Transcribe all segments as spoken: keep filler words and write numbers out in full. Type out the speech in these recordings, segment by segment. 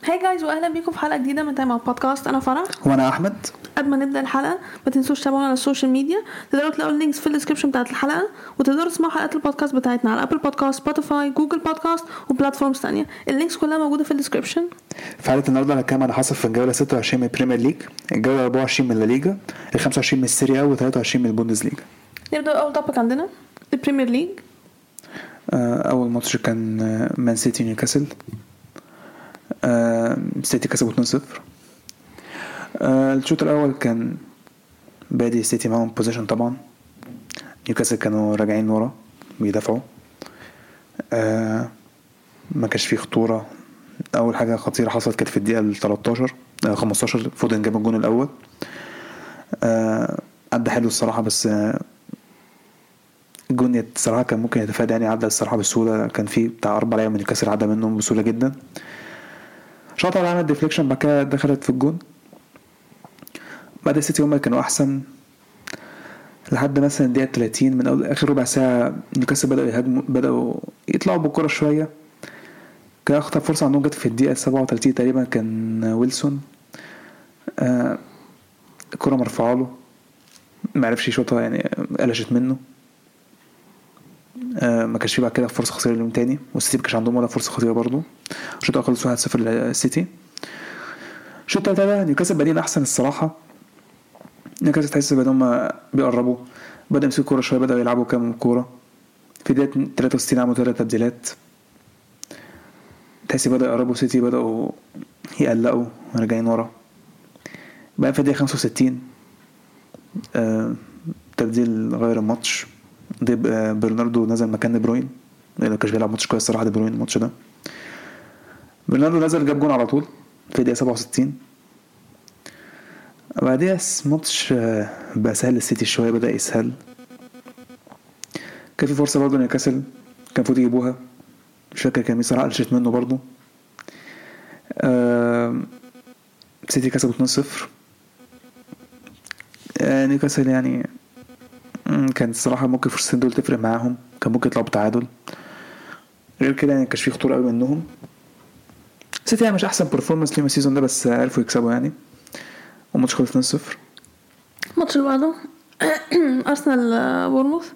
هاي جايز واهلا بيكم في حلقه جديده من تايم بودكاست. انا فرح وانا احمد. قبل ما نبدا الحلقه ما تنسوش تتابعونا على السوشيال ميديا، تقدروا تلاقوا اللينكس في الديسكربشن بتاعه الحلقه، وتقدروا تسمعوا حلقات البودكاست بتاعتنا على ابل بودكاست، سبوتيفاي، جوجل بودكاست وبلاتفورمز ثانيه. اللينكس كلها موجوده في الديسكربشن. في حلقه النهارده هنتكلم عن حصل في الجوله ستة وعشرين من البريمير ليج، الجوله أربعة وعشرين من الليجا، ال خمسة وعشرين من السيريا وثلاثة وعشرين من البوندسليغا. نبدا اول توبيك عندنا البريمير ليج. اول ماتش كان مان سيتي نيوكاسل. سيتي كسبوا اثنين صفر. الشوط الاول كان بادي سيتي معهم بوزيشن، طبعا نيوكاسل كانوا راجعين ورا بيدافعوا، أه ما كانش فيه خطوره. اول حاجه خطيره حصلت كانت في الدقيقه تلتاشر خمستاشر، فودن جاب الجون الاول. أه عدى حلو الصراحه، بس أه الجون الصراحه كان ممكن يتفادى، يعني عدى الصراحه بسهوله. كان فيه بتاع اربع لعيبه من نيوكاسل عدى منهم بسهوله جدا. شاطر على عمل ديفليكشن، بعد كده دخلت في الجون. بعد السيتي هم كانوا احسن لحد مثلا الدقيقه ثلاثين. من اول اخر ربع ساعه نيوكاسل بداوا يهاجموا، بداوا يطلعوا بالكره شويه. كان اخطر فرصه عندهم جت في الدقيقه سبعة وثلاثين تقريبا، كان ويلسون آه الكره مرفوعه له ما عرفش يشوطها، يعني قلشت منه. آه ما كانش في بعد كده فرصه خطيره لهم تاني، والسيتي ما كانش عندهم ولا فرصه خطيره برضو. الشوط الاول خلص واحد صفر للسيتي. الشوط الثاني ده نيوكاسل بادين احسن الصراحه. نيوكاسل تحس بدهم بيقربوا، بدأوا يمسكوا كوره شويه، بدأوا يلعبوا كام كوره. في دقيقه ثلاثة وستين عملوا ثلاث تبديلات، تحس بدأوا يقربوا. سيتي بدأوا يقلقوا راجعين ورا. بقى في الدقيقه خمسة وستين آه تبديل غير الماتش. دي آه برناردو نزل مكان دي بروين، لانه كانش بيلعب ماتش كويس صراحه دي بروين الماتش ده. برناردو نزل جاب جون على طول في الدقيقه سبعة وستين. بعدها الماتش بقى سهل للسيتي شويه، بدا يسهل. كان في فرصه برضه نيوكاسل كان المفروض يجيبوها، مش فاكر كان مين صراحه قلشت منه برضه. آه سيتي كسبوا اثنين صفر. آه نيوكاسل يعني كان الصراحه ممكن فرصتين دول تفرق معاهم، كان ممكن يطلعوا بتعادل. غير كده يعني كانش في خطوره قوي منهم. سيتي يعني مش احسن بيرفورمانس ليهم السيزون ده، بس عرفوا يكسبوا يعني. وماتش خلص اثنين صفر. الماتش اللي بعده ارسنال بورنموث.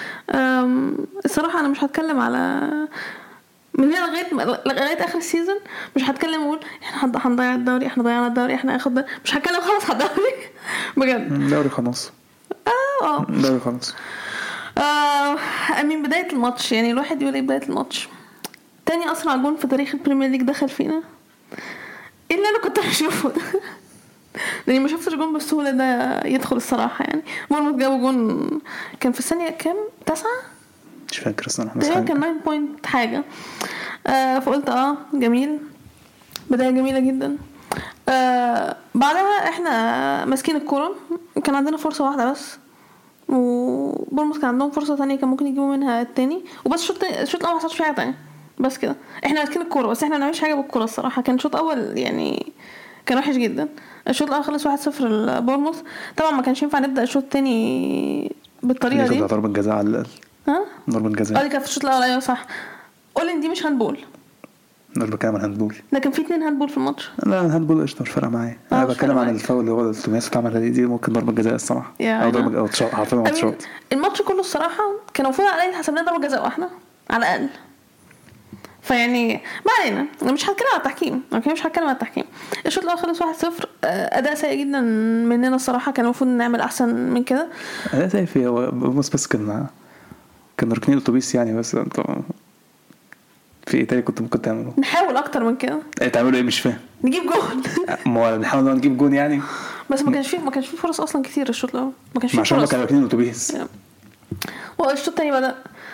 الصراحه انا مش هتكلم على من هنا لغايه لغايه اخر السيزون. مش هتكلم اقول احنا هنضيع الدوري، احنا ضيعنا الدوري، احنا اخد ده. مش هتكلم خلاص على الدوري بجد. الدوري خلاص. اه الدوري خلاص. اه من بدايه الماتش، يعني الواحد يقول ايه بدايه الماتش. تاني اسرع جون في تاريخ البريمير ليج دخل فينا. ايه اللي انا كنت بشوفه ده؟ لاني ما شفتش جون بالسهوله ده يدخل الصراحه. يعني بورنموث جابوا جون كان في الثانيه كام؟ تسعة مش فاكر اصلا. احنا كان تسعة بوينت حاجه. آه فقلت اه جميل، بدايه جميله جدا. آه بعدها احنا ماسكين الكوره، كان عندنا فرصه واحده بس، وبورنموث كان عندهم فرصه ثانيه كان ممكن يجيبوا منها الثاني، وبس شوط الشوط الاول ما حصلش فيه حاجه ثانيه. بس كده احنا ماسكين الكوره، بس احنا ما بنعملش حاجه بالكوره الصراحه. كان شوط اول يعني كان وحش جدا. الشوط الاول خلص واحد صفر لبورنموث. طبعا ما كانش ينفع نبدا الشوط الثاني بالطريقه دي. ضربه جزاء على الاقل. ها ضربه جزاء. اه كان في الشوط الاول. ايوه صح، قول ان دي مش هاندبول. ضربه كمان هاندبول، لكن في اتنين هاندبول في الماتش. لا الهاندبول قشطه مش فارقه معايا. انا بتكلم عن الفاول اللي هو التوماس اتعمل دي, دي ممكن ضربه جزاء الصراحه، او ضربه او تشوت حرفيا ما تشوت. الماتش كله الصراحه كان المفروض على الاقل حسبنا ضربه جزاء واحده على الاقل. فيعني ما علينا، مش هتكلم على التحكيم. اوكي مش هتكلم على التحكيم. الشوط الاول خلص واحد صفر. اداء سيء جدا مننا الصراحه، كان المفروض نعمل احسن من كده. اداء سيء في هو بس بس كنا كنا ركنين الاتوبيس يعني. بس انتوا في ايه تاني كنت ممكن تعملوا؟ نحاول اكتر من كده. ايه تعملوا ايه؟ مش فاهم. نجيب جون. ما نحاول نجيب جون يعني، بس ما كانش فيه ما كانش فيه فرص اصلا كتير الشوط الاول. ما كانش فيه فرص عشان كانوا راكنين الاتوبيس. والشوط الثاني بدا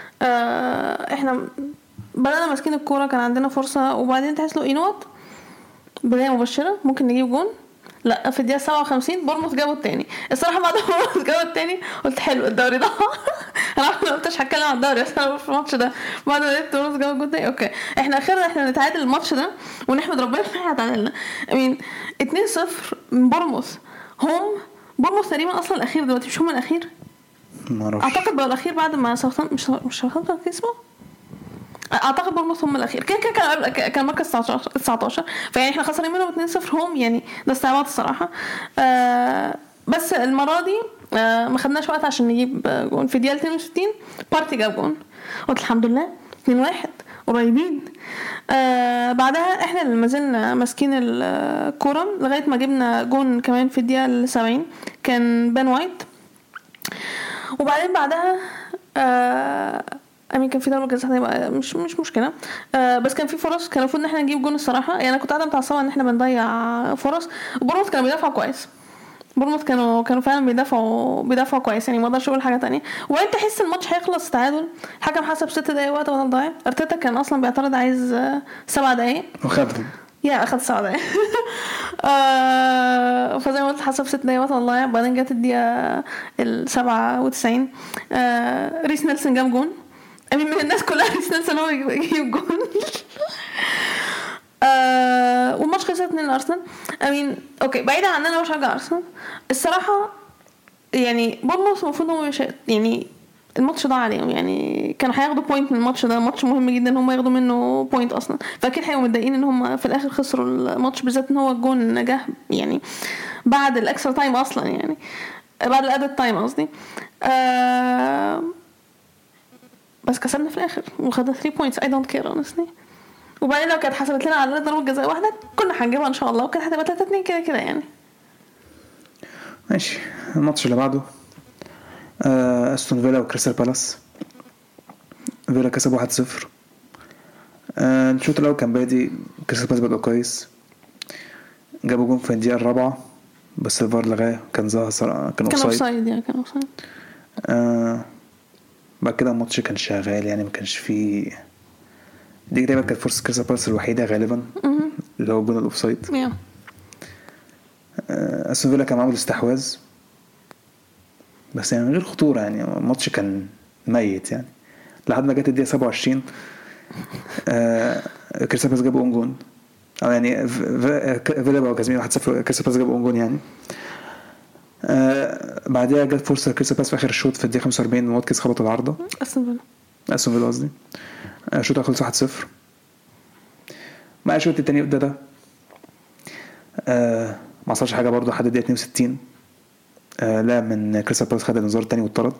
آه احنا بدأنا ماسكين الكورة، كان عندنا فرصة، وبعدين تحس له اينوت بداية مبشرة ممكن نجيب جون. لا في الدقيقة سبعة وخمسين بورنموث جابوا التاني. الصراحة بعد بورنموث جابوا التاني قلت حلو الدوري ده. انا ما قلتش هتكلم عن الدوري بس انا في الماتش ده بعد ما لقيت بورنموث جابوا الجون تاني اوكي احنا اخرنا احنا نتعادل الماتش ده ونحمد ربنا ان احنا تعادلنا. امين اتنين صفر من بورنموث. هم بورنموث تقريبا اصلا الاخير دلوقتي، مش هم الاخير؟ ما اعرفش، اعتقد بقى الاخير بعد ما ساوثهامبتون. مش مش ساوثهامبتون اسمه اعتقد بورموث هم الاخير كان كان كان, كان مركز تسعتاشر فيعني احنا خسرين منهم اتنين صفر هم يعني ده استعباط الصراحه. آه بس المره دي آه ما خدناش وقت عشان نجيب جون في دقيقه اتنين وستين بارتي جاب جون قلت الحمد لله اتنين واحد قريبين. آه بعدها احنا اللي ما زلنا ماسكين الكوره لغايه ما جبنا جون كمان في الدقيقه سبعين كان بن وايت. وبعدين بعدها آه امين كان في ضربه جزاء مش مش مشكله. آه بس كان في فرص كان المفروض ان احنا نجيب جون الصراحه يعني انا كنت قاعده متعصبه ان احنا بنضيع فرص. وبورموث كانوا بيدافعوا كويس بورموث كانوا كانوا فعلا بيدافعوا بيدافعوا كويس يعني ما اقدرش اقول حاجه تانية. وانت تحس الماتش هيخلص تعادل الحكم حسب ست دقايق وقت بدل ضايع. ارتيتا كان اصلا بيعترض عايز سبع دقايق وخدهم يا اخد سبع دقايق. آه فزي ما قلت حسب ست دقايق وقت ضايع. بعدين جت الدقيقه السبعة وتسعين آه ريس نيلسون جاب جون. امين من الناس كلها ريس نيلسون هو يجيب جون. آه والماتش خلص اتنين لارسنال. امين اوكي بعيدا عن انا بشجع ارسنال الصراحه يعني بورموث المفروض هم مش يعني الماتش ضاع عليهم يعني كانوا هياخدوا بوينت من الماتش ده. ماتش مهم جدا ان هم ياخدوا منه بوينت اصلا فاكيد هيبقوا متضايقين ان هم في الاخر خسروا الماتش بالذات ان هو الجون نجح يعني بعد الاكسترا تايم اصلا يعني بعد الادد تايم قصدي. آه بس كسبنا في الاخر وخدنا ثلاثة بوينتس I don't care honestly. وبعدين لو كانت حسبت لنا على ضربه جزاء واحده كنا هنجيبها ان شاء الله وكانت هتبقى تلاتة اتنين كده كده يعني. ماشي. الماتش اللي بعده آه استون فيلا وكريستال بالاس. فيلا كسب واحد صفر. آه الشوط الاول كان بادي كريستال بالاس بدأ كويس جابوا جون في الدقيقه الرابعه بس الفار لغاه كان ظاهر كان اوفسايد يعني كان اوفسايد. آه بعد كده الماتش كان شغال يعني ما كانش فيه دي تقريبا كانت فرصه كريستال بالاس الوحيده غالبا اللي هو جون الاوفسايد. yeah. آه استون فيلا كان عامل استحواذ بس يعني من غير خطوره يعني الماتش كان ميت يعني لحد ما جت الدقيقه سبعة وعشرين. آه كريستال بالاس جاب جون او يعني فيلا بقوا كاسبين واحد صفر كريستال بالاس جاب جون يعني. آه بعدها جت فرصه كريستال بالاس في اخر الشوط في الدقيقه خمسة وأربعين واتكنز خبط العارضه استون فيلا استون فيلا قصدي. الشوط آه خلص واحد صفر. مع الشوط الثاني ابتدى ده آه ما حصلش حاجه برضه لحد الدقيقه اتنين وستين. آه لا من كريستال بالاس خد الانذار الثاني واتطرد.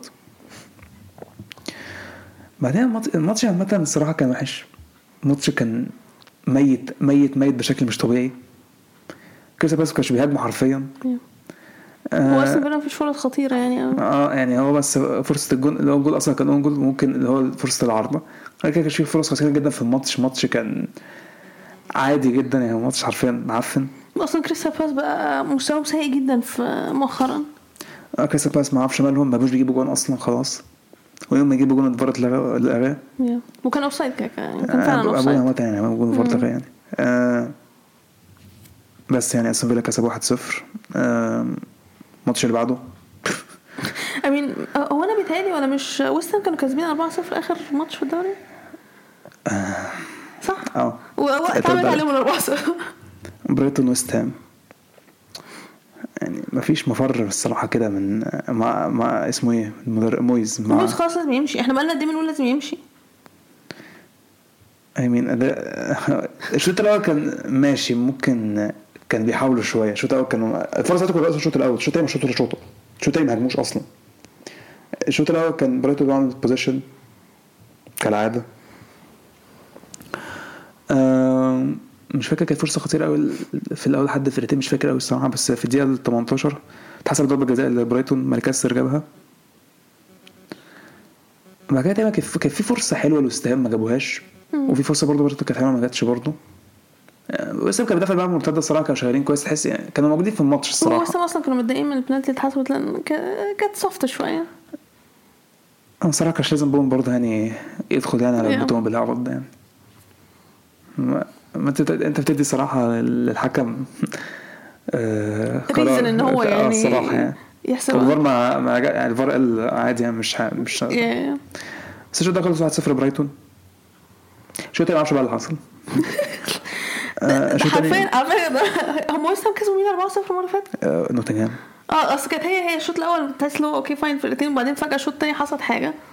بعدين الماتش عامه الصراحه كان وحش. الماتش كان ميت ميت ميت بشكل مش طبيعي. كريستال بالاس كانش بيهاجموا حرفيا. هو اصلا بينا مفيش فرص خطيره يعني اه يعني هو بس فرصه الجون اللي هو الجول اصلا كان اون جول ممكن اللي هو فرصه العارضه. لكن كان في فرص خطيره جدا في الماتش. ماتش كان عادي جدا يعني الماتش حرفيا معفن. اصلا كريستال بالاس بقى مستوى سيء جدا في مؤخرا. اه كريستال بالاس ما اعرفش مالهم ما بقوش بيجيبوا جون اصلا خلاص. ويوم ما يجيبوا جون اتفرت لغاه وكان اوفسايد كده كان فعلا اوفسايد ابوها يعني ما جون اتفرت لغاه يعني. آه بس يعني استون فيلا كسب واحد صفر. آه الماتش اللي بعده امين هو انا بيتهيألي ولا مش ويستن كانوا كاسبين أربعة صفر اخر ماتش في الدوري آه صح اه ووقت عمل عليهم أربعة صفر برايتون ويست هام. يعني ما فيش مفر الصراحه كده من ما ما اسمه ايه المدرب مويز مع... مويز خلاص لازم يمشي. احنا بقالنا قد ايه بنقول لازم يمشي. اي مين الشوط الاول كان ماشي ممكن كان بيحاولوا شويه. الشوط الاول كانوا الفرصات كلها الشوط الاول. الشوط الثاني مش شوط الشوط الشوط الثاني ما هاجموش اصلا. الشوط الاول كان برايتون بيعمل بوزيشن كالعاده. آه مش فاكر كانت فرصه خطيره قوي في الاول حد فرقتين مش فاكر قوي الصراحه بس في الدقيقه تمنتاشر اتحسب ضربه جزاء لبرايتون مالكاستر جابها. بعد كده كان في فرصه حلوه لوستهام ما جابوهاش وفي فرصه برضه برايتون كانت حلوه ما جاتش برضه. بس كان بيدافع بقى مرتده الصراحه كانوا شغالين كويس تحس يعني كانوا موجودين في الماتش الصراحه. هو اصلا كانوا متضايقين من البنالتي اللي اتحسبت لان كانت سوفت شويه. انا صراحه كانش لازم بون برضه يعني يدخل يعني على البطوله بالعرض ده يعني. ما انت انت بتدي صراحه للحكم آه قرار ان هو يعني الصراحه يعني يحسب الفار ما ما يعني الفار عادي يعني مش مش yeah. بس شو ده خلص واحد صفر برايتون. شو تاني معرفش بقى اللي حصل. آه حرفيا عارفين هم وصلوا كسبوا مين أربعة صفر المره اللي فاتت. آه نوتنغهام. اه اصل كانت هي هي الشوط الاول تسلو اوكي فاين فرقتين وبعدين فجاه الشوط الثاني حصلت حاجه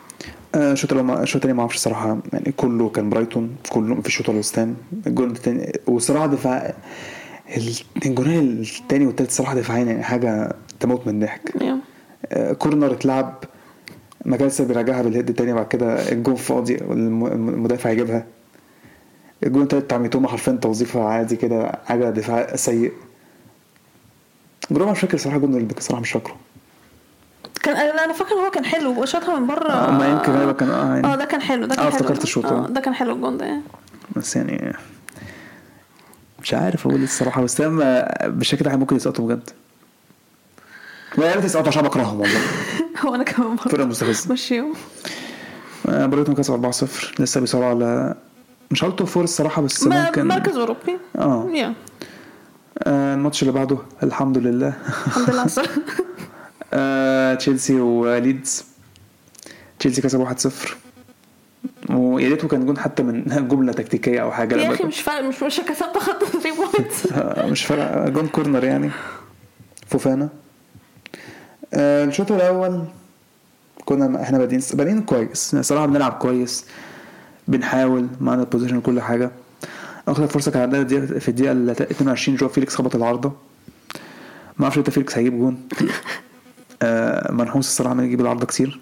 آه الشوط الاول الشوط الثاني ما اعرفش الصراحه يعني كله كان برايتون كله في الشوط الوسطاني الجول الثاني وصراحه دفاع الجولين الثاني والثالث صراحه دفاعين يعني حاجه تموت من الضحك. yeah. آه كورنر اتلعب ماكاليستر بيراجعها بالهيد الثاني بعد كده الجون فاضي والمدافع يجيبها. الجون الثالث بتاع ميتوما حرفيا توظيفها عادي كده حاجه دفاع سيء. جروما مش فاكر صراحه جون البيك صراحه مش فاكره كان انا فاكر هو كان حلو وشاطها من بره اه ما يمكن غالبا كان اه يعني اه ده كان حلو ده كان اه حلو افتكرت الشوط اه ده كان حلو الجون ده يعني. بس يعني مش عارف اقول الصراحه بس لما بالشكل ده ممكن يسقطوا بجد ويا ريت يسقطوا عشان بكرههم والله. هو انا كمان فرقه مستفزه مشيهم. برايتون كسب أربعة صفر لسه بيصارعوا على مش هقول توب فور الصراحه بس ممكن مركز اوروبي اه يا آه الماتش اللي بعده الحمد لله الحمد لله آه تشيلسي وليدز. تشيلسي كسب واحد صفر ويا ريته كان جون حتى من جمله تكتيكيه او حاجه يا اخي مش فارق مش مش كسبت خط ثلاثة بوينتس مش فارق جون كورنر يعني فوفانا. آه الشوط الاول كنا احنا بادئين بادئين كويس صراحه بنلعب كويس بنحاول معنا البوزيشن كل حاجه. اخذ فرصه كان عندنا في الدقيقه اثنين وعشرين جو فيليكس خبط العارضه ما اعرفش انت فيليكس هيجيب جون آه منحوس الصراحه من يجيب العارضه كتير.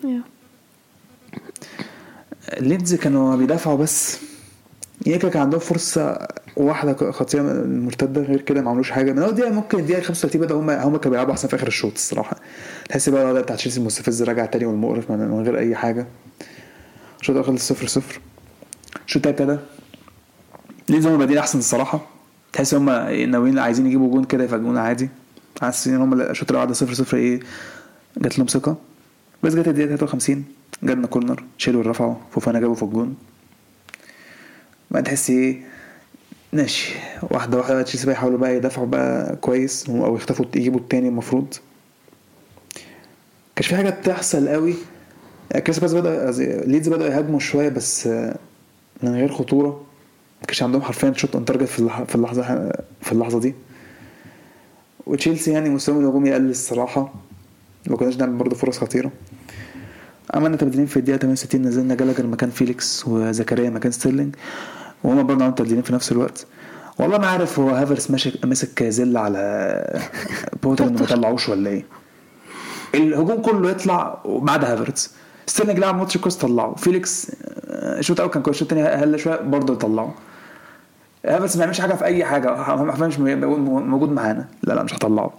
ليدز كانوا بيدافعوا بس يمكن كان عندهم فرصه واحده خطيره المرتده غير كده ما عملوش حاجه من اول دقيقه ممكن الدقيقه خمسة وثلاثين بدا هم هم كانوا بيلعبوا احسن في اخر الشوط الصراحه. تحس بقى ده بتاع تشيلسي المستفز رجع تاني والمقرف من غير اي حاجه. الشوط الاول صفر صفر. الشوط كده ليدز هم بادئين احسن الصراحه تحس هم ناويين عايزين يجيبوا جون كده يفاجئونا عادي حاسين ان هم الشوط الاول صفر صفر ايه جات لهم ثقه بس جت الدقيقه ثلاثة وخمسين جالنا كورنر شيلوا الرفعوا فوفانا جابوا في الجون ما تحس ايه ماشي واحده واحده تشيلسي بقى يحاولوا بقى يدافعوا بقى كويس او يختفوا يجيبوا التاني المفروض كانش في حاجه بتحصل قوي. كريس باس بدا ليدز بدأوا يهاجموا شويه بس من غير خطوره كانش عندهم حرفيا شوت اون تارجت في اللحظه في اللحظه في اللحظه دي. وتشيلسي يعني مستوى الهجومي قل الصراحه ما كناش نعمل برضه فرص خطيره. عملنا تبديلين في الدقيقه ثمانية وستين نزلنا جالاجر مكان فيليكس وزكريا مكان ستيرلينج وهما برضه عملوا تبديلين في نفس الوقت. والله ما عارف هو هافرس ماسك ماسك زل على بوتر انه ما يطلعوش ولا ايه. الهجوم كله يطلع ما عدا هافرس. ستيرلينج لعب ماتش كويس طلعه فيليكس الشوط الاول كان كويس الشوط الثاني هل شويه برضه يطلعه. هافرس ما يعملش حاجه في اي حاجه ما مش موجود معانا لا لا مش هطلعه.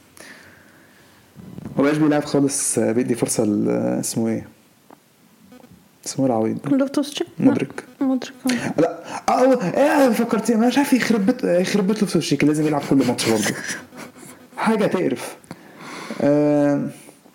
هو مش بيلعب خالص بيدي فرصه اسمه ايه اسمه العويد لوفتوسشيك مدرك مدرك لا اه ايه فكرتي ما مش عارف يخرب بيت يخرب بيت لوفتوسشيك لازم يلعب كل ماتش برضه حاجه تقرف. آه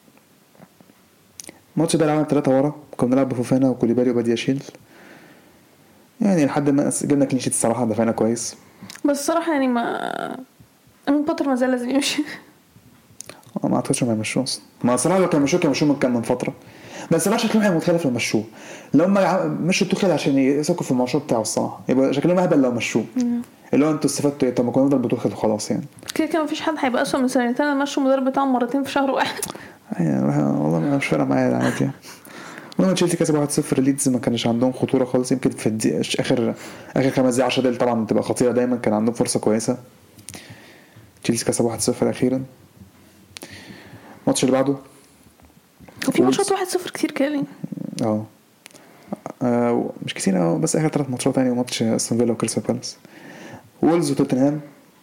ماتش ده لعبنا ثلاثة ورا كنا بنلعب بفوفانا وكوليبالي وبادياشيل يعني لحد ما جبنا كلين شيت الصراحه دفعنا كويس بس الصراحه يعني ما من بوتر ما زال لازم يمشي ما اعتقدش ما يمشوه ما صراحه لو كان مشوه كان مشوه من كان من فتره بس لا شكلهم هيبقى مختلف لو مشوه لو ما مشوا توخيل عشان يسكوا في الماتش بتاعه الصراحه يبقى شكلهم اهبل لو مشوه اللي هو انتوا استفدتوا ايه طب ما كنا نفضل بتوخيل خلاص يعني كده كده مفيش حد هيبقى اسوء من سنتين مشوا المدرب بتاعهم مرتين في شهر واحد ايوه والله مش فارقه معايا عادي. ولما تشيلسي كسب واحد صفر ليدز ما كانش عندهم خطوره خالص يمكن في الدي... اخر اخر خمس دقايق عشرة دقايق طبعا بتبقى خطيره دايما كان عندهم فرصه كويسه. تشيلسي كسب واحد صفر اخيرا. الماتش اللي بعده وفي ماتشات واحد صفر كتير كالي اه آه مش كتير اه بس اخر ثلاث ماتشات تاني وماتش استون فيلا وكريستال بالاس وولز وتوتنهام.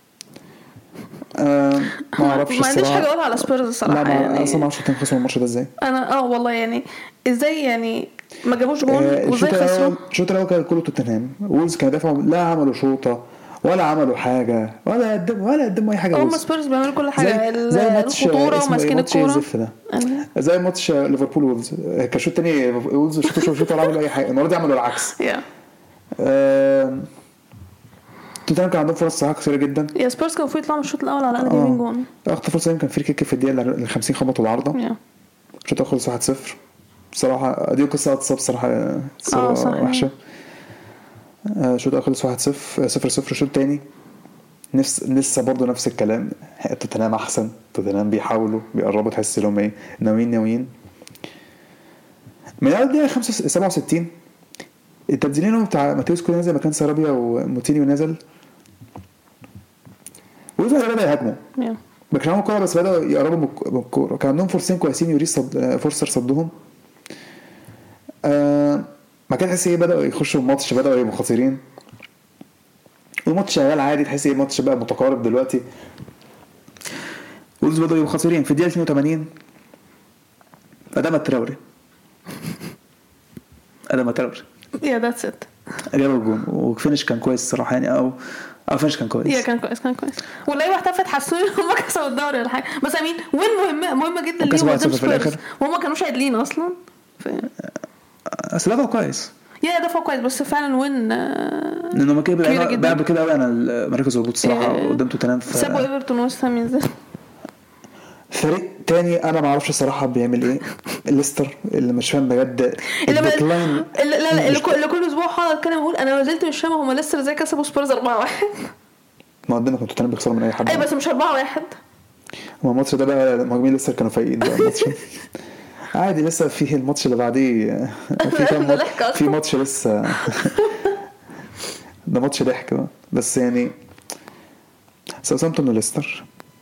آه ما اعرفش ما عنديش حاجه اقولها على سبيرز الصراحه لا يعني اصلا ما اعرفش خسروا الماتش ده ازاي انا اه والله يعني ازاي يعني ما جابوش جون آه وازاي خسروا. الشوط الاول كان كله توتنهام وولز كانوا دافعوا لا عملوا شوطه ولا عملوا حاجه ولا قدموا ولا قدموا اي حاجه. هم سبيرز بيعملوا كل حاجه زي, زي ماتش الخطوره وماسكين الكوره زي ماتش ليفربول وولز كشوط تاني وولز شوطوا شوطوا ولا عملوا اي حاجه المره دي عملوا العكس. آه توتنهام كان عندهم فرص صراحه كثيره جدا. يا سبيرز كانوا فوق يطلعوا من الشوط الاول على الاقل جايبين جون. اخطر فرصه يمكن فري كيك في الدقيقه ال خمسين خبطوا العارضه. الشوط خلص واحد صفر بصراحه دي قصه اتصاب صراحه وحشه. الشوط خلص واحد صفر صفر صفر. الشوط الثاني نفس لسه برضه نفس الكلام توتنهام احسن توتنهام بيحاولوا بيقربوا تحس لهم ايه ناويين ناويين. من اول دقيقه خمسة سبعة وستين التبديلين بتاع ماتيوس كولا نزل مكان سارابيا وموتينيو نزل وفجأة بدأ يهاجموا yeah. بكرهوا الكوره بس بدأوا يقربوا من الكوره كان عندهم فرصتين كويسين يوريس صد... فورسر صدهم آه... ما كان تحس ايه بدأوا يخشوا الماتش بدأوا يبقوا خطيرين والماتش شغال عادي تحس ايه الماتش بقى متقارب دلوقتي وولز بدأوا يبقوا خطيرين في الدقيقه اثنين وثمانين أداما تراوري أداما تراوري يا ذاتس ات جاب الجون وفينش كان كويس الصراحه يعني او اه فينش كان كويس يا كان كويس كان كويس واللعيبه احتفلت حسوا ان هم كسبوا الدوري ولا حاجه بس امين وين مهمه مهمه جدا ليهم قدام سبيرز وهم كانوش عادلين اصلا ف... اصل ده كويس يا ده فوق كويس بس فعلا وين لانه ما كده بعد كده قوي انا المركز الهبوط الصراحه قدام توتنهام ف... سابوا ايفرتون وست هام ينزل فريق تاني انا ما اعرفش الصراحه بيعمل ايه ليستر اللي مش فاهم بجد الديكلاين لا لا اللي كل اسبوع حاضر اتكلم اقول انا ما زلت مش فاهمه هم ليستر ازاي كسبوا سبيرز أربعة واحد ما قدامنا كنتوا تاني بيخسروا من اي حد اي بس مش أربعة واحد هو الماتش ده بقى مهاجمين ليستر كانوا فايقين بقى الماتش عادي لسه فيه الماتش اللي بعديه في كام في ماتش لسه ده ماتش ضحك بقى بس يعني ساوثهامبتون وليستر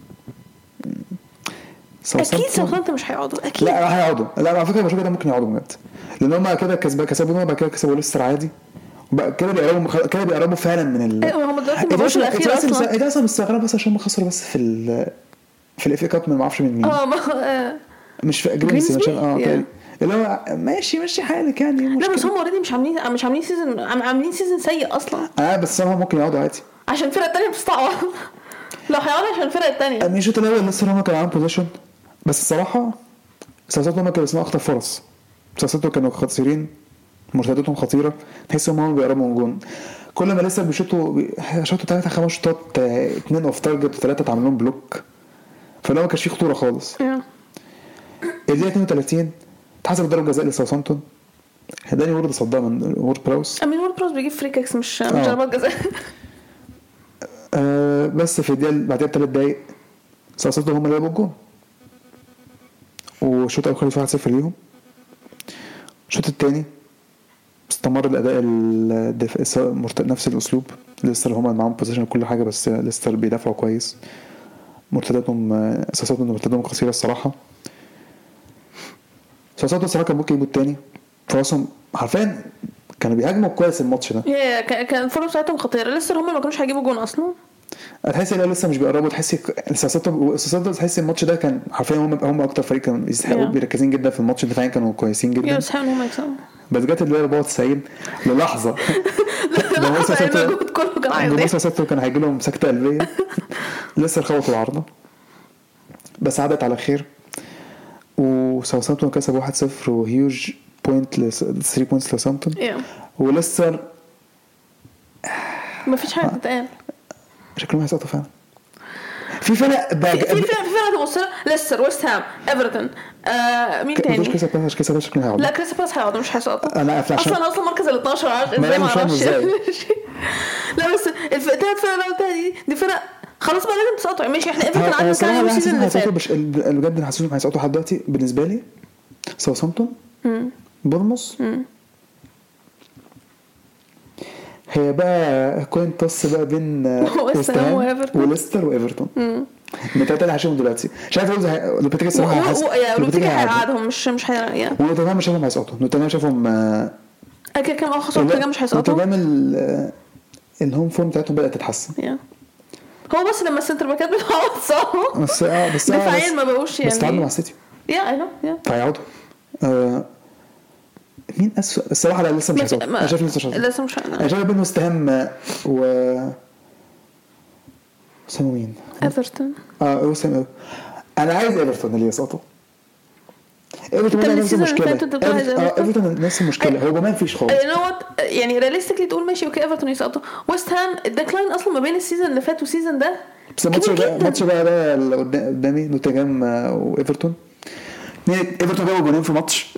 اكيد ساوثهامبتون مش هيقعدوا اكيد لا هيقعدوا لا على فكره بشوف كده ممكن يقعدوا بجد لان هم كده كسبوا كسبوا بعد كده كسبوا ليستر عادي بقى كده بيقربوا كده بيقربوا فعلا من ال ايوه هم دلوقتي ما بقوش الاخير اصلا ايه ده اصلا مستغرب بس عشان هم خسروا بس في ال في الاف اي كاب ما اعرفش من مين اه مش في جرينسي مش اه اللي هو ماشي ماشي حالك يعني لا بس هم اوريدي مش عاملين مش عاملين سيزون عاملين سيزون سيء اصلا اه بس هم ممكن يقعدوا عادي عشان الفرقه الثانيه بتستعوض لو هيقعدوا عشان الفرقه الثانيه مش شوط الاول لسه هم كانوا عاملين بوزيشن بس الصراحه سلسلتهم ما كانوا اسمها اخطر فرص سلسلتهم كانوا خطيرين مرتداتهم خطيره تحس ان هم بيقربوا من جون كل ما لسه بيشوطوا شوطوا ثلاثه خمس شوطات اثنين اوف تارجت وثلاثه اتعمل لهم بلوك فلو ما كانش فيه خطوره خالص الدقيقه اثنين وثلاثين اتحسب ضربه جزاء لساوثهامبتون هداني وورد صدها من وورد براوس امين وورد براوس بيجيب فري كيكس مش مش ضربات جزاء آه بس في الدقيقه بعدها بثلاث دقايق ساوثهامبتون هم اللي جابوا الجون والشوط الاول خلص واحد صفر ليهم الشوط الثاني استمر الاداء الدفاع نفس الاسلوب ليستر هم معاهم بوزيشن كل حاجه بس ليستر بيدافعوا كويس مرتداتهم اساساتهم مرتداتهم قصيره الصراحه اساساتهم الصراحه كان ممكن يجيبوا الثاني فرصهم حرفيا كانوا بيهاجموا كويس الماتش ده يا كان الفرص بتاعتهم خطيره ليستر هم ما كانوش هيجيبوا جون اصلا تحس ان لسه مش بيقربوا تحس اساساتهم اساساتهم تحس الماتش ده كان حرفيا هم هم اكتر فريق كانوا يستحقوا بيركزين جدا في الماتش الدفاعيين كانوا كويسين جدا يستحقوا ان هم يكسبوا بس جت الدقيقه أربعة وتسعين للحظه ده المجهود كله كان عايز بس اساساتهم كان هيجي لهم سكته قلبيه لسه خبطوا العارضه بس عدت على خير وساوثهامبتون كسب واحد صفر وهيوج بوينت ل ثلاثة بوينتس لساوثهامبتون وليستر ما فيش حاجه تتقال شكلهم هيسقطوا فعلا في فرق في فرق في فرق تبص ليستر ويست هام ايفرتون آه مين تاني مش كسب مش كسب شكلهم هيقعدوا لا كريس باس هيقعدوا مش هيسقطوا انا اصلا اصلا مركز ال اثناشر ازاي ما اعرفش لا بس الثلاث فرق دي دي فرق خلاص بقى لازم تسقطوا ماشي احنا ايفرتون عندنا كان يوم السيزون اللي فات مش بجد حاسسهم هيسقطوا لحد دلوقتي بالنسبه لي ساوثهامبتون بورنموث هي بقى كوين توس بقى بين وليستر وايفرتون الثلاثه اللي هشوفهم دلوقتي مش عارف اقول لوبيتيجي الصراحه حاسس لوبيتيجي هيقعدهم مش مش هي ونوتنهام مش هيفهم هيسقطوا نوتنهام شافهم اكيد كان اخر نوتنهام مش هيسقطوا نوتنهام الهوم فورم بتاعتهم بدات تتحسن هو بس لما السنتر باكات بتاعهم صعبوا بس اه بس دفاعيا ما بقوش يعني بس تعادلوا مع السيتي يا اي نو يا هيقعدوا مين اسوء الصراحه لا لسه مش هيسقط انا شايف لسه مش لسه مش انا شايف بين وست هام و اسمه مين ايفرتون اه وسام انا عايز ايفرتون اللي يسقطوا ايفرتون نفس المشكله ايفرتون نفس المشكله هو ما فيش خالص يعني رياليستيكلي تقول ماشي اوكي ايفرتون يسقطوا ويست هام الديكلاين اصلا ما بين السيزون اللي فات والسيزون ده بس الماتش ده الماتش ده اللي قدامي نوتنهام وايفرتون ايفرتون جابوا جولين في ماتش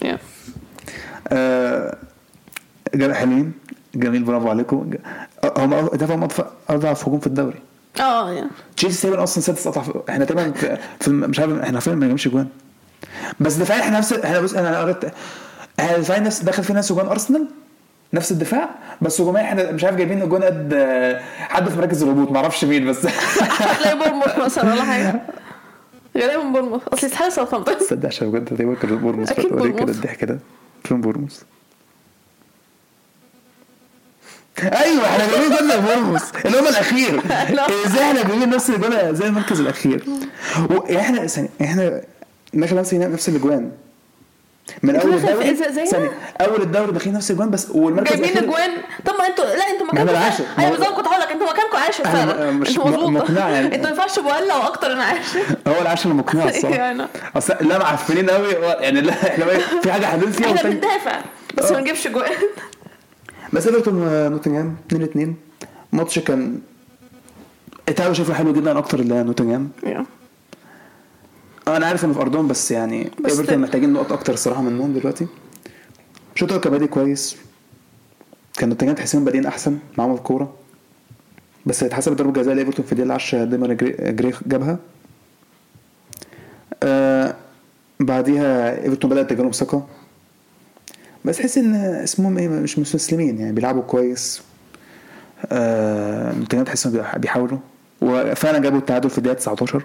آه جميل حلوين جميل برافو عليكم هم دفعوا اضعف هجوم في الدوري اه يا تشيلسي تقريبا اصلا سادس اضعف احنا تقريبا في مش عارف احنا فين ما نجمش جوان بس دفاعيا احنا نفس احنا بص انا قريت الدفاع نفس دخل في ناس جوان ارسنال نفس الدفاع بس هجوميا احنا مش عارف جايبين جون قد حد في مركز الهبوط ما اعرفش مين بس هتلاقي بورموث مثلا ولا حاجه غالبا بورموث اصل يستحق ساوثهامبتون تصدق عشان بجد ده كان بورموث أكيد ولا كده بورموث. الضحك كده فين بورموث ايوه احنا جايبين جون بورموث اللي هو الاخير ازاي احنا جايبين نفس الجون زي المركز الاخير واحنا ثاني احنا داخل نفس نفس الاجوان من اول داخل في الدوري إيه زي- ثاني اول الدوري داخلين نفس الاجوان بس والمركز جايبين الاخير اجوان. طب ما انتوا لا انتوا ما مكانكم احنا العاشر. ايوه بالظبط كنت هقول لك انتوا مكانكم عاشر أنا فعلا مش انتوا مظبوط مقنع يعني. انتوا ما ينفعش تبقوا الا واكتر من عاشر هو العاشر المقنع الصراحه يعني. اصل لا معفنين قوي يعني لا احنا في حاجه حلول فيها احنا وتاني- بندافع بس آه. ما نجيبش جوان بس ايفرتون نوتنجهام اتنين اتنين ماتش كان اتعامل شايفه حلو جدا اكتر لنوتنجهام. انا عارف انه في ارضهم بس يعني بس ايفرتون ت- محتاجين نقط اكتر الصراحه منهم دلوقتي. شوط كان بادئ كويس كان نوتنجهام تحسهم بادئين احسن معاهم الكوره بس اتحسب ضربه جزاء لايفرتون في الدقيقه عشرة ديمار جري جابها. آه بعديها ايفرتون بدأت تجارب ثقه بس تحس ان اسمهم ايه مش مستسلمين يعني بيلعبوا كويس. آه نوتنجهام تحسهم بيحاولوا وفعلا جابوا التعادل في الدقيقه تسعتاشر.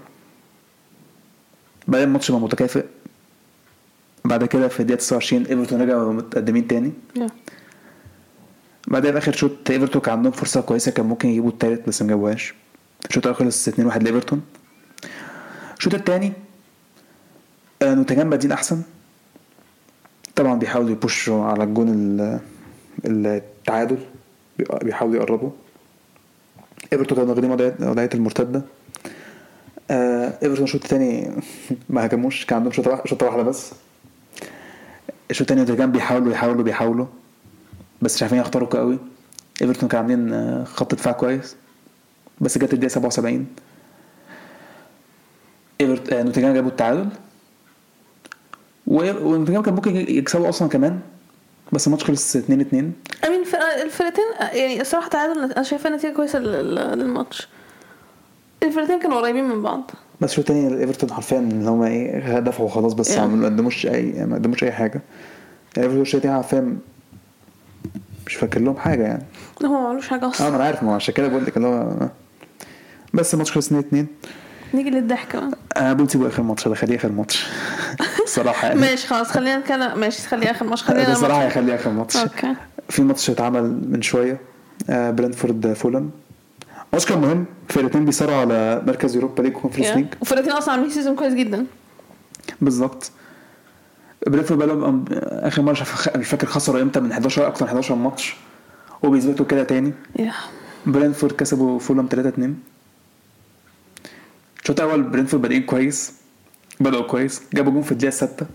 بعدين الماتش بقى متكافئ بعد كده في الدقيقه تسعة وعشرين ايفرتون رجعوا متقدمين تاني. بعدين في اخر شوط ايفرتون كان عندهم فرصه كويسه كان ممكن يجيبوا الثالث بس ما جابوهاش. الشوط الاول خلص اتنين واحد لايفرتون. الشوط الثاني نوتنجهام بادين احسن طبعا بيحاولوا يبوشوا على الجون التعادل بيحاولوا يقربوا. ايفرتون كانوا واخدين وضعيه المرتده. ايفرتون الشوط الثاني ما هاجموش كان عندهم شوطه شوطه واحده بس. الشوط الثاني نوتنجهام بيحاولوا يحاولوا بيحاولوا بس مش عارفين يخترقوا قوي. ايفرتون كانوا عاملين خط دفاع كويس بس جت الدقيقه سبعة وسبعين ايفرتون نوتنجهام جابوا التعادل ونوتنجهام كان ممكن يكسبوا اصلا كمان بس الماتش خلص اتنين اتنين. امين الفرقتين يعني الصراحه تعادل انا شايفه نتيجه كويسه للماتش. الفرقتين كانوا قريبين من بعض بس الشوط الثاني ايفرتون حرفيا ان هم ايه دفعوا خلاص بس ما قدموش اي ما قدموش اي حاجه. ايفرتون الشوط الثاني عارفين مش فاكر لهم حاجه يعني هو ما عملوش حاجه اصلا. اه انا عارف ما عشان كده بقول لك اللي هو بس الماتش خلص اتنين اتنين. نيجي للضحك بقى انا بنتي بقى اخر ماتش ده خليه اخر ماتش الصراحه يعني. ماشي خلاص خلينا كده ماشي خليه اخر ماتش خلينا الصراحه خليه اخر ماتش. اوكي في ماتش اتعمل من شويه برينتفورد فولم ماتش كان مهم فرقتين بيصارعوا على مركز اوروبا ليج كونفرنس ليج وفرقتين اصلا عاملين سيزون كويس جدا بالظبط. برينتفورد بقى لهم اخر مره مش فاكر خسروا امتى من حداشر اكتر من حداشر ماتش وبيثبتوا كده تاني. برينتفورد كسبوا فولم تلاتة اتنين. الشوط الاول برينتفورد بادئين كويس بدأوا كويس جابوا جون في الدقيقه ستة.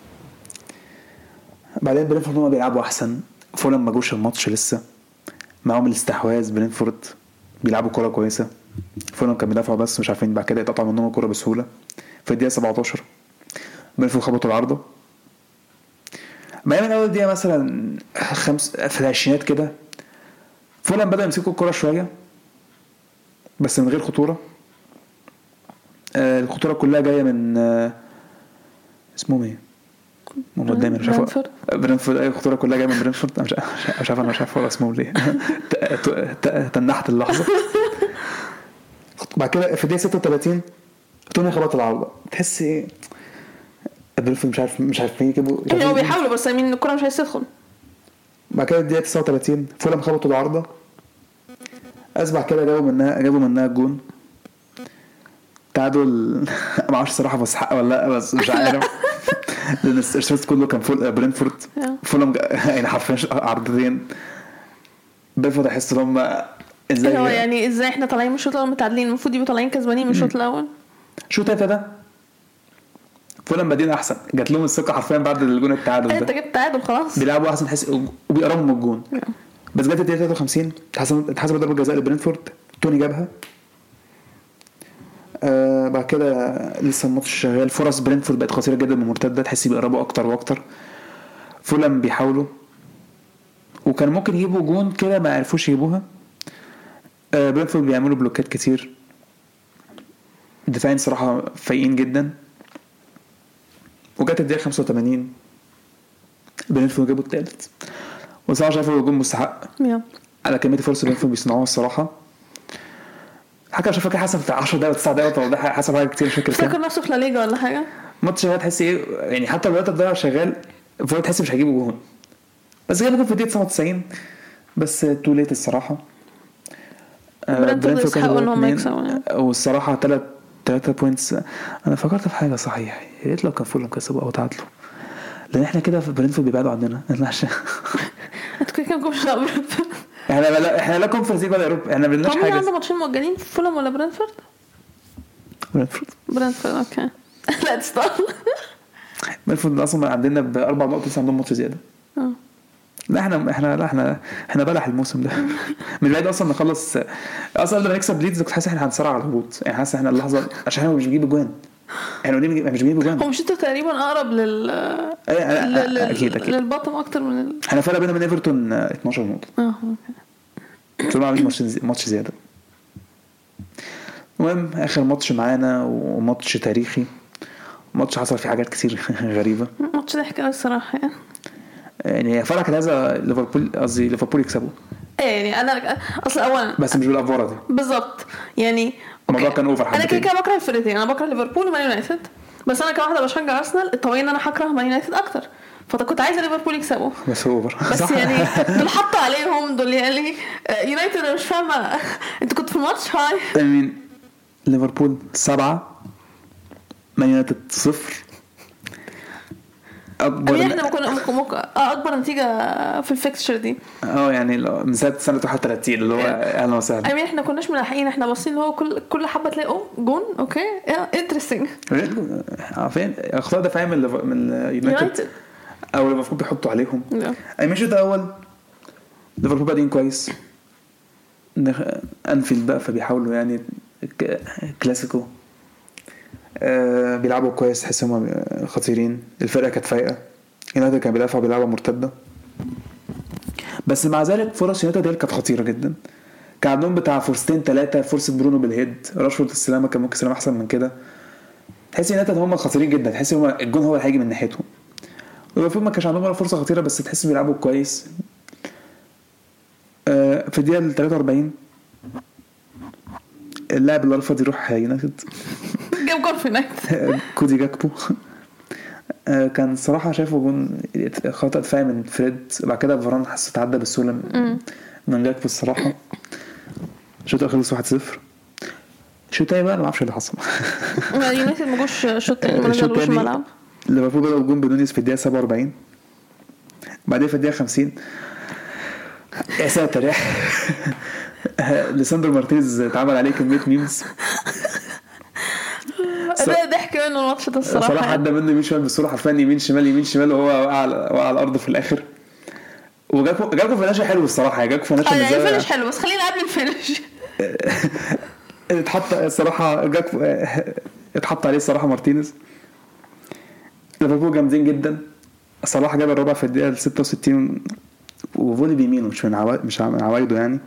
بعدين برينتفورد هم بيلعبوا احسن فولم ما جوش الماتش لسه معاهم الاستحواذ. برينتفورد بيلعبوا كوره كويسه فولم كان بيدافعوا بس مش عارفين بعد كده يقطعوا منهم الكوره بسهوله. في الدقيقه سبعتاشر برينتفورد خبطوا العارضه. ما من اول دقيقه مثلا خمس في العشرينات كده فولم بدأ يمسكوا الكوره شويه بس من غير خطوره. آه الخطوره كلها جايه من آه اسمه ايه مو دايما مش عارف برينفورد. اي الخطوره كلها جايه من برينفورد مش مش عارف انا مش عارف هو اسمه ليه تنحت اللحظه. بعد كده في الدقيقه ستة وتلاتين توني خبط العارضه تحس ايه برينفورد مش عارف مش عارفين يجيبوا يعني هو بيحاولوا بس مين الكره مش هتدخل. بعد كده الدقيقه تسعة وتلاتين فولم خبطوا العارضه اسبع كده جابوا منها جابوا منها الجون تعادل. ما اعرفش الصراحه بس حق ولا لا بس مش عارف لان الشوط كله كان فول برينفورد فولم يعني حرفيا عرضتين برينفورد احس ان هم ازاي هو يعني ازاي احنا طالعين من الشوط الاول متعادلين المفروض يبقوا طالعين كسبانين من الشوط الاول. شوط الثالث ده فولم بادين احسن جات لهم الثقه حرفيا بعد الجون التعادل ده انت جبت تعادل خلاص بيلعبوا احسن حس وبيقربوا من الجون بس جت الدقيقه تلاتة وخمسين اتحسب ضربه جزاء لبرينفورد توني جابها. آه بعد كده لسه الماتش شغال فرص برينتفورد بقت خطيره جدا من المرتده تحس بيقربوا اكتر واكتر. فولم بيحاولوا وكان ممكن يجيبوا جون كده ما عرفوش يجيبوها. آه برينتفورد بيعملوا بلوكات كتير الدفاعين صراحه فايقين جدا. وجت الدقيقه خمسة وتمانين برينفورد جابوا الثالث. وصراحه شايفه هجوم مستحق يا على كميه الفرص اللي برينفورد بيصنعوها الصراحه. حكى مش فاكر حسب بتاع عشر دقايق تسع دقايق ولا حسب حاجه كتير مش فاكر كام. فاكر نفسه في لا ليجا ولا حاجه ماتش شغال تحس ايه يعني حتى الوقت الضايع شغال فوق تحس مش هيجيبوا جون بس جابوا جون في الدقيقه تسعة وتسعين بس تو ليت الصراحه. برينفورد يسحقوا انهم يكسبوا يعني. والصراحه ثلاث ثلاثة بوينتس. انا فكرت في حاجه صحيح يا ريت لو كان فولهم كسبوا او تعادلوا لان احنا كده في برينفورد بيبعدوا عننا عشان انتوا كده كام كوش لا احنا لا احنا لا كونفرنس ولا اوروبا احنا بلناش حاجه. مين عنده ماتشين مؤجلين فولهم ولا برينفورد؟ برينفورد برينفورد اوكي لا تستاهل. برينفورد اصلا عندنا باربع نقط بس عندهم ماتش زياده. اه لا احنا احنا لا احنا احنا بلح الموسم ده من بعد اصلا نخلص اصلا لما نكسب ليدز كنت حاسس احنا هنسرع على الهبوط يعني حاسس احنا اللحظه عشان احنا مش بنجيب اجوان احنا ليه مش بنجيب اجوان. هو مش انتوا تقريبا اقرب لل اكيد اكيد للبطم اكتر من ال... احنا فرق بيننا من ايفرتون اتناشر نقطه. اه اوكي طلعنا عاملين ماتش ماتش زياده. المهم اخر ماتش معانا وماتش تاريخي ماتش حصل فيه حاجات كتير غريبه ماتش ضحك قوي الصراحه يعني يعني فرق هذا ليفربول قصدي ليفربول يكسبوا يعني انا اصلا اولا بس مش بالافوره دي بالظبط يعني الموضوع كان اوفر. انا كده كده بكره الفرقتين انا بكره ليفربول ومان يونايتد بس انا كواحده بشجع ارسنال الطبيعي ان انا هكره مان يونايتد اكتر فكنت عايزه ليفربول يكسبوا بس اوفر بس يعني دول حطوا عليهم دول يعني يونايتد انا مش فاهمه انت كنت في الماتش هاي مين ليفربول سبعة مان يونايتد صفر اكبر احنا ما كنا مك... اكبر نتيجه في الفيكتشر دي اه يعني من سنه سنه واحد وثلاثين اللي هو اهلا وسهلا. امين احنا كناش ملاحقين احنا باصين اللي هو كل كل حبه تلاقي جون اوكي انترستنج عارفين اخطاء دفاعيه من من يونايتد او ليفربول بيحطوا عليهم. اي مش ده اول ليفربول بادين كويس انفيلد بقى فبيحاولوا يعني كلاسيكو آه بيلعبوا كويس تحس هم خطيرين الفرقه كانت فايقه يونايتد كان بيدافع بيلعبوا مرتده بس مع ذلك فرص يونايتد دي كانت خطيره جدا كان عندهم بتاع فرصتين ثلاثه فرصه برونو بالهيد راشفورد السلامه كان ممكن سلامه احسن من كده تحس يونايتد هم خطيرين جدا تحس هم الجون هو اللي هيجي من ناحيتهم وليفربول ما كانش عندهم ولا فرصه خطيره بس تحس بيلعبوا كويس آه في الدقيقه ثلاثة وأربعين اللاعب الالفا يروح يونايتد جاب جول في يونايتد كودي جاكبو كان صراحه شايفه جون خطأ دفاعي من فريد بعد كده فاران حس تعدى بالسهوله من جاكبو الصراحه الشوط الاخير خلص واحد صفر الشوط الثاني بقى ما اعرفش اللي حصل يونايتد ما جوش الشوط الثاني ما نزلوش الملعب ليفربول بدأوا بجون بدونيس في الدقيقه سبعة وأربعين بعدين في الدقيقه خمسين يا ساتر يا ليساندرو مارتينيز اتعمل عليه كميه ميمز ده ضحك منه الماتش ده الصراحه صراحه عدى منه يمين شمال بالصوره حرفيا يمين شمال يمين شمال وهو وقع على الارض في الاخر وجاكو جاكو فينش حلو الصراحه جاكو فينش اه يعني فينش حلو بس خلينا قبل الفينش اتحط الصراحه جاكو اتحط عليه الصراحه مارتينيز ليفربول جامدين جدا الصراحه جاب الرابع في الدقيقه ستة وستين وفولي بيمينه مش من عوايد مش من عوايده يعني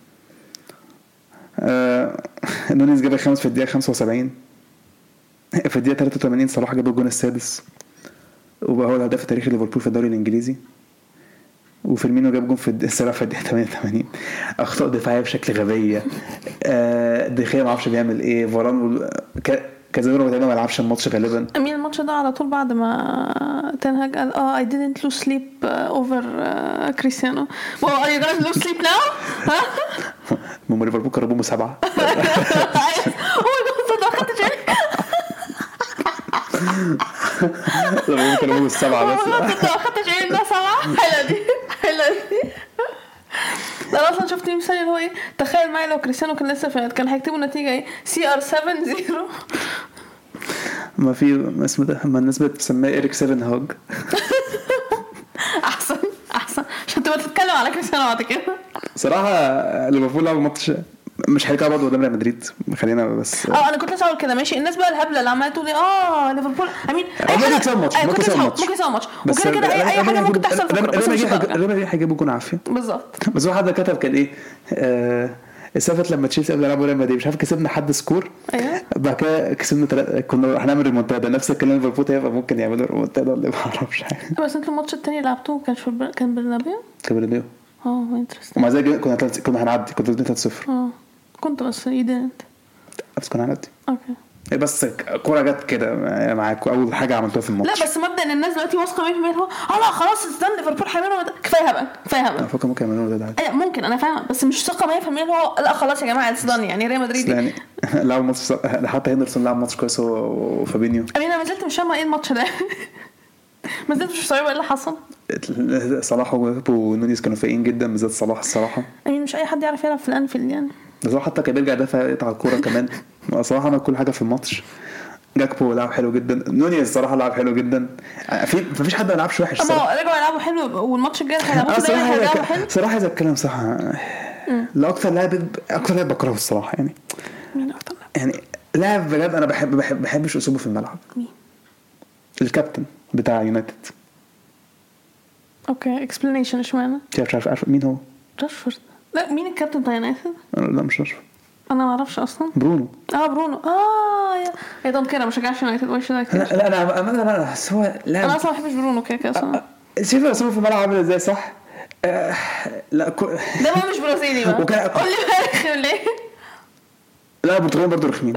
آه نونيز جاب الخامس في الدقيقه خمسة وسبعين في الدقيقه ثلاثة وثمانين صلاح جاب الجون السادس وبقى هو الهداف التاريخي ليفربول في الدوري الانجليزي وفيرمينو جاب جون في السابع في الدقيقه ثمانية وثمانين اخطاء دفاعيه بشكل غبيه آه دخيا ما عرفش بيعمل ايه فاران كازيميرو تقريبا ما لعبش الماتش غالبا امين الماتش ده على طول بعد ما تنهاج قال اه I didn't lose sleep over كريستيانو well are you gonna lose sleep now ها هم ليفربول كربوهم سبعة هو ده خدت جاي ليفربول كربوهم السبعة بس خدت جاي ده سبعة حلوة دي حلوة دي انا اصلا شفت مثال اللي هو ايه تخيل معايا لو كريستيانو كان لسه فات كان هيكتبوا النتيجه ايه سي ار سبعة صفر ما في اسمه ده ما الناس بتسميه إيريك سبعة هوج احسن احسن عشان تبقى تتكلم على كريستيانو بعد كده صراحه ليفربول لعب ماتش مش هيرجع برضه قدام ريال مدريد خلينا بس اه انا كنت لسه هقول كده ماشي الناس بقى الهبله اللي عماله تقول اه ليفربول امين ممكن يكسب ماتش ممكن يكسب ماتش ممكن يكسب ماتش وكده كده اي اي حاجه ممكن تحصل في الريال مدريد هيجيبوا جون عافيه بالظبط بس هو حد كتب كان ايه آه السفت لما تشيلسي قبل يلعبوا ريال مدريد مش عارف كسبنا حد سكور ايوه بعد كده كسبنا تل... كنا هنعمل ريمونتادا نفس الكلام ليفربول هيبقى ممكن يعملوا ريمونتادا ولا ما اعرفش حاجه. بس انت الماتش التاني لعبته كان في البر... كان برنابيو كبرنابيو اه انترستنج ومع ذلك كنا تلت... كنا هنعدي كنا ثلاثة صفر اه كنت بس ايدنت بس كنا هنعدي اوكي بس كوره جت كده معاك اول حاجه عملتوها في الماتش. لا بس مبدا ان الناس دلوقتي واثقه مية في المية هو اه لا خلاص استنى ليفربول هيعملوا كفايه هبل كفايه هبل فكر ممكن يعملوا ده ايوه ممكن انا فاهمه بس مش ثقه مية في المية هو لا خلاص يا جماعه السودان يعني ريال مدريد يعني لعب ماتش حتى هندرسون لعب ماتش كويس وفابينيو. انا ما زلت مش فاهمه ايه الماتش ده ما زلت مش فاهمه ايه اللي حصل. صلاح ونونيز كانوا فايقين جدا بالذات صلاح الصراحه يعني مش اي حد يعرف يلعب في الانفيلد يعني بس هو حتى كان بيرجع يدافع يقطع الكوره كمان صراحه انا كل حاجه في الماتش. جاكبو لعب حلو جدا نونيز الصراحه لعب حلو جدا في مفيش حد ما لعبش وحش صراحه رجعوا يلعبوا حلو والماتش الجاي هيلعبوا كده هيلعبوا حلو صراحه اذا اتكلم صح لا اكتر لاعب اكتر لاعب بكرهه الصراحه يعني مين اكتر يعني لاعب بجد انا بحب بحب بحبش اسلوبه في الملعب. مين الكابتن بتاع يونايتد. اوكي اكسبلانيشن ايش معنى مش عارف عارف مين هو راشفورد. لا مين الكابتن بتاع يونايتد لا مش راشفورد انا ما اعرفش اصلا. برونو اه برونو اه يا يا دون كده مش شجعش يونايتد ولا شيء لا لا انا انا لا هو لا انا اصلا ما بحبش برونو كده اصلا. شايف اسمه في الملعب عامل ازاي صح آه لا كو... ده ما مش برازيلي بقى وكان قول لي بقى ليه لا البرتغال برضه رخمين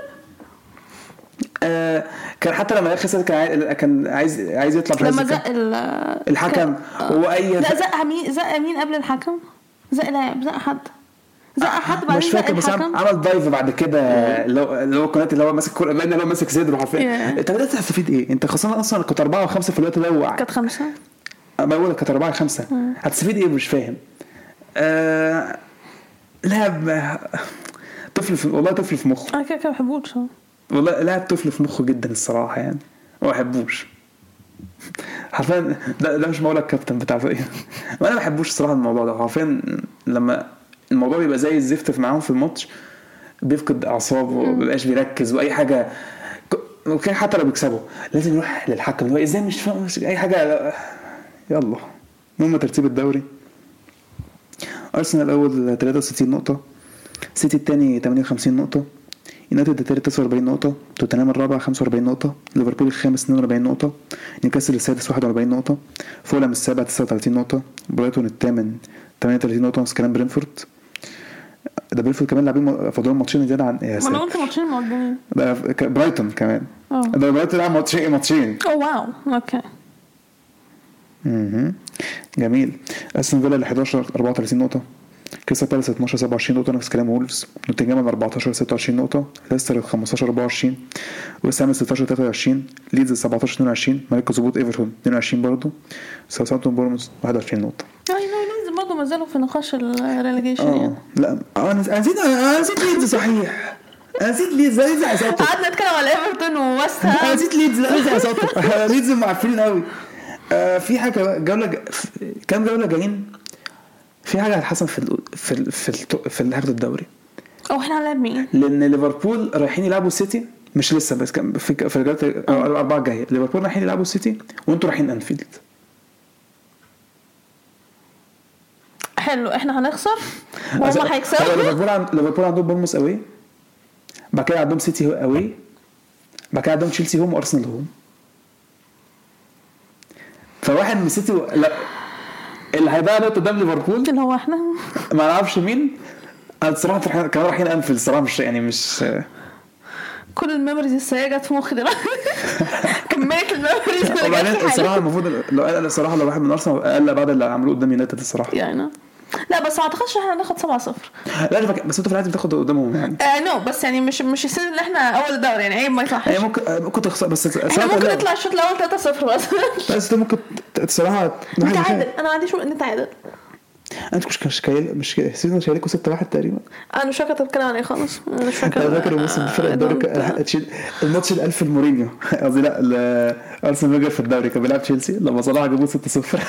آه كان حتى لما خسر كان كان عايز عايز يطلع لما زق الحكم هو اي لا زق مين زق مين قبل الحكم زق لاعب زق حد زق حد بعد مش فاكر بس عمل دايف بعد كده اللي هو اللي هو كانت اللي هو ماسك كوره اللي هو ماسك صدره حرفيا. انت بدات تستفيد ايه انت خسران اصلا كنت أربعة وخمسة في الوقت ده وقع كانت خمسة ما بقول كانت أربعة خمسة هتستفيد ايه مش فاهم. آه... لاعب طفل في والله طفل في مخه انا كده كده بحبوش والله لاعب طفل في مخه جدا الصراحه يعني ما بحبوش حرفيا ده ده مش مولا الكابتن بتاع فريق وانا ما بحبوش الصراحه الموضوع ده حرفيا لما الموضوع بيبقى زي الزفت معاهم في الماتش بيفقد اعصابه ومبقاش بيركز واي حاجه وكان حتى لو بيكسبوا لازم يروح للحكم هو ازاي مش فاهم اي حاجه يلا. المهم ترتيب الدوري ارسنال الاول ثلاثة وستين نقطه سيتي الثاني ثمانية وخمسين نقطه يونايتد الثالث تسعة وأربعين نقطه توتنهام الرابع خمسة وأربعين نقطه ليفربول الخامس اثنين وأربعين نقطه نيوكاسل السادس واحد وأربعين نقطه فولهام السابع تسعة وثلاثين نقطه برايتون الثامن ثمانية وثلاثين نقطه نفس كلام برينفورد. ده برينفورد كمان لاعبين فاضلين ماتشين زياده عن ما انا قلت ماتشين مقدمين ده برايتون كمان اه ده برايتون لعب ماتشين ماتشين اوه واو اوكي اها جميل. استون فيلا ال حداشر أربعة وثلاثين نقطه كريستال بالاس اتناشر سبعة وعشرين نقطه نفس كلام وولفز نوتنجهام أربعتاشر ستة وعشرين نقطه ليستر خمستاشر أربعة وعشرين وسام ستاشر ثلاثة وعشرين ليدز سبعتاشر اثنين وعشرين مركز هبوط ايفرتون اثنين وعشرين برضه ساوثهامبتون بورنموث واحد وعشرين نقطه. اي نو ليدز برضه ما زالوا في نقاش الريليجيشن يعني لا انا نسيت انا نسيت ليدز صحيح انا نسيت ليدز ليدز عصاته قعدنا نتكلم على ايفرتون ووست هام انا نسيت ليدز ليدز عصاته ليدز معفنين قوي. في حاجه جوله كام جوله جايين في حاجه هتحصل في ال في ال في ال في الهبد الدوري او احنا هنلعب مين لان ليفربول رايحين يلعبوا السيتي مش لسه بس في في الجولات الاربعه الجايه ليفربول رايحين يلعبوا السيتي وانتوا رايحين انفيلد. حلو احنا هنخسر وهم هيكسبوا. ليفربول عند ليفربول عندهم بورنموث اوي بعد كده عندهم سيتي اوي بعد كده عندهم تشيلسي هوم وارسنال هوم فواحد من سيتي و... لا اللي هيبقى نقطه قدام ليفربول اللي هو احنا ما نعرفش مين. انا الصراحه كانوا رايحين انفيلد الصراحه مش يعني مش كل الميموريز السيئه جت في مخي دلوقتي كميه الميموريز اللي جت الصراحه المفروض لو قال الصراحه لو واحد من ارسنال قال بعد اللي عملوه قدام يونايتد الصراحه يعني لا بس ما اعتقدش احنا هناخد سبعة صفر لا بس انتوا في العادي بتاخدوا قدامهم يعني اه نو بس يعني مش مش السنه اللي احنا اول الدوري يعني عيب ما يصحش يعني ممكن ممكن تخسر بس احنا ممكن نطلع الشوط الاول ثلاثة صفر بس بس ممكن الصراحه نتعادل انا عندي شو نتعادل انت مش مش كايل مش سيزون شاركوا ستة واحد تقريبا انا مش فاكره بتتكلم عن ايه خالص مش فاكره انا فاكر الموسم فرق الدوري الماتش الألف المورينيو قصدي لا ارسنال فيجر في الدوري كان بيلعب تشيلسي لما صلاح جابوه ستة صفر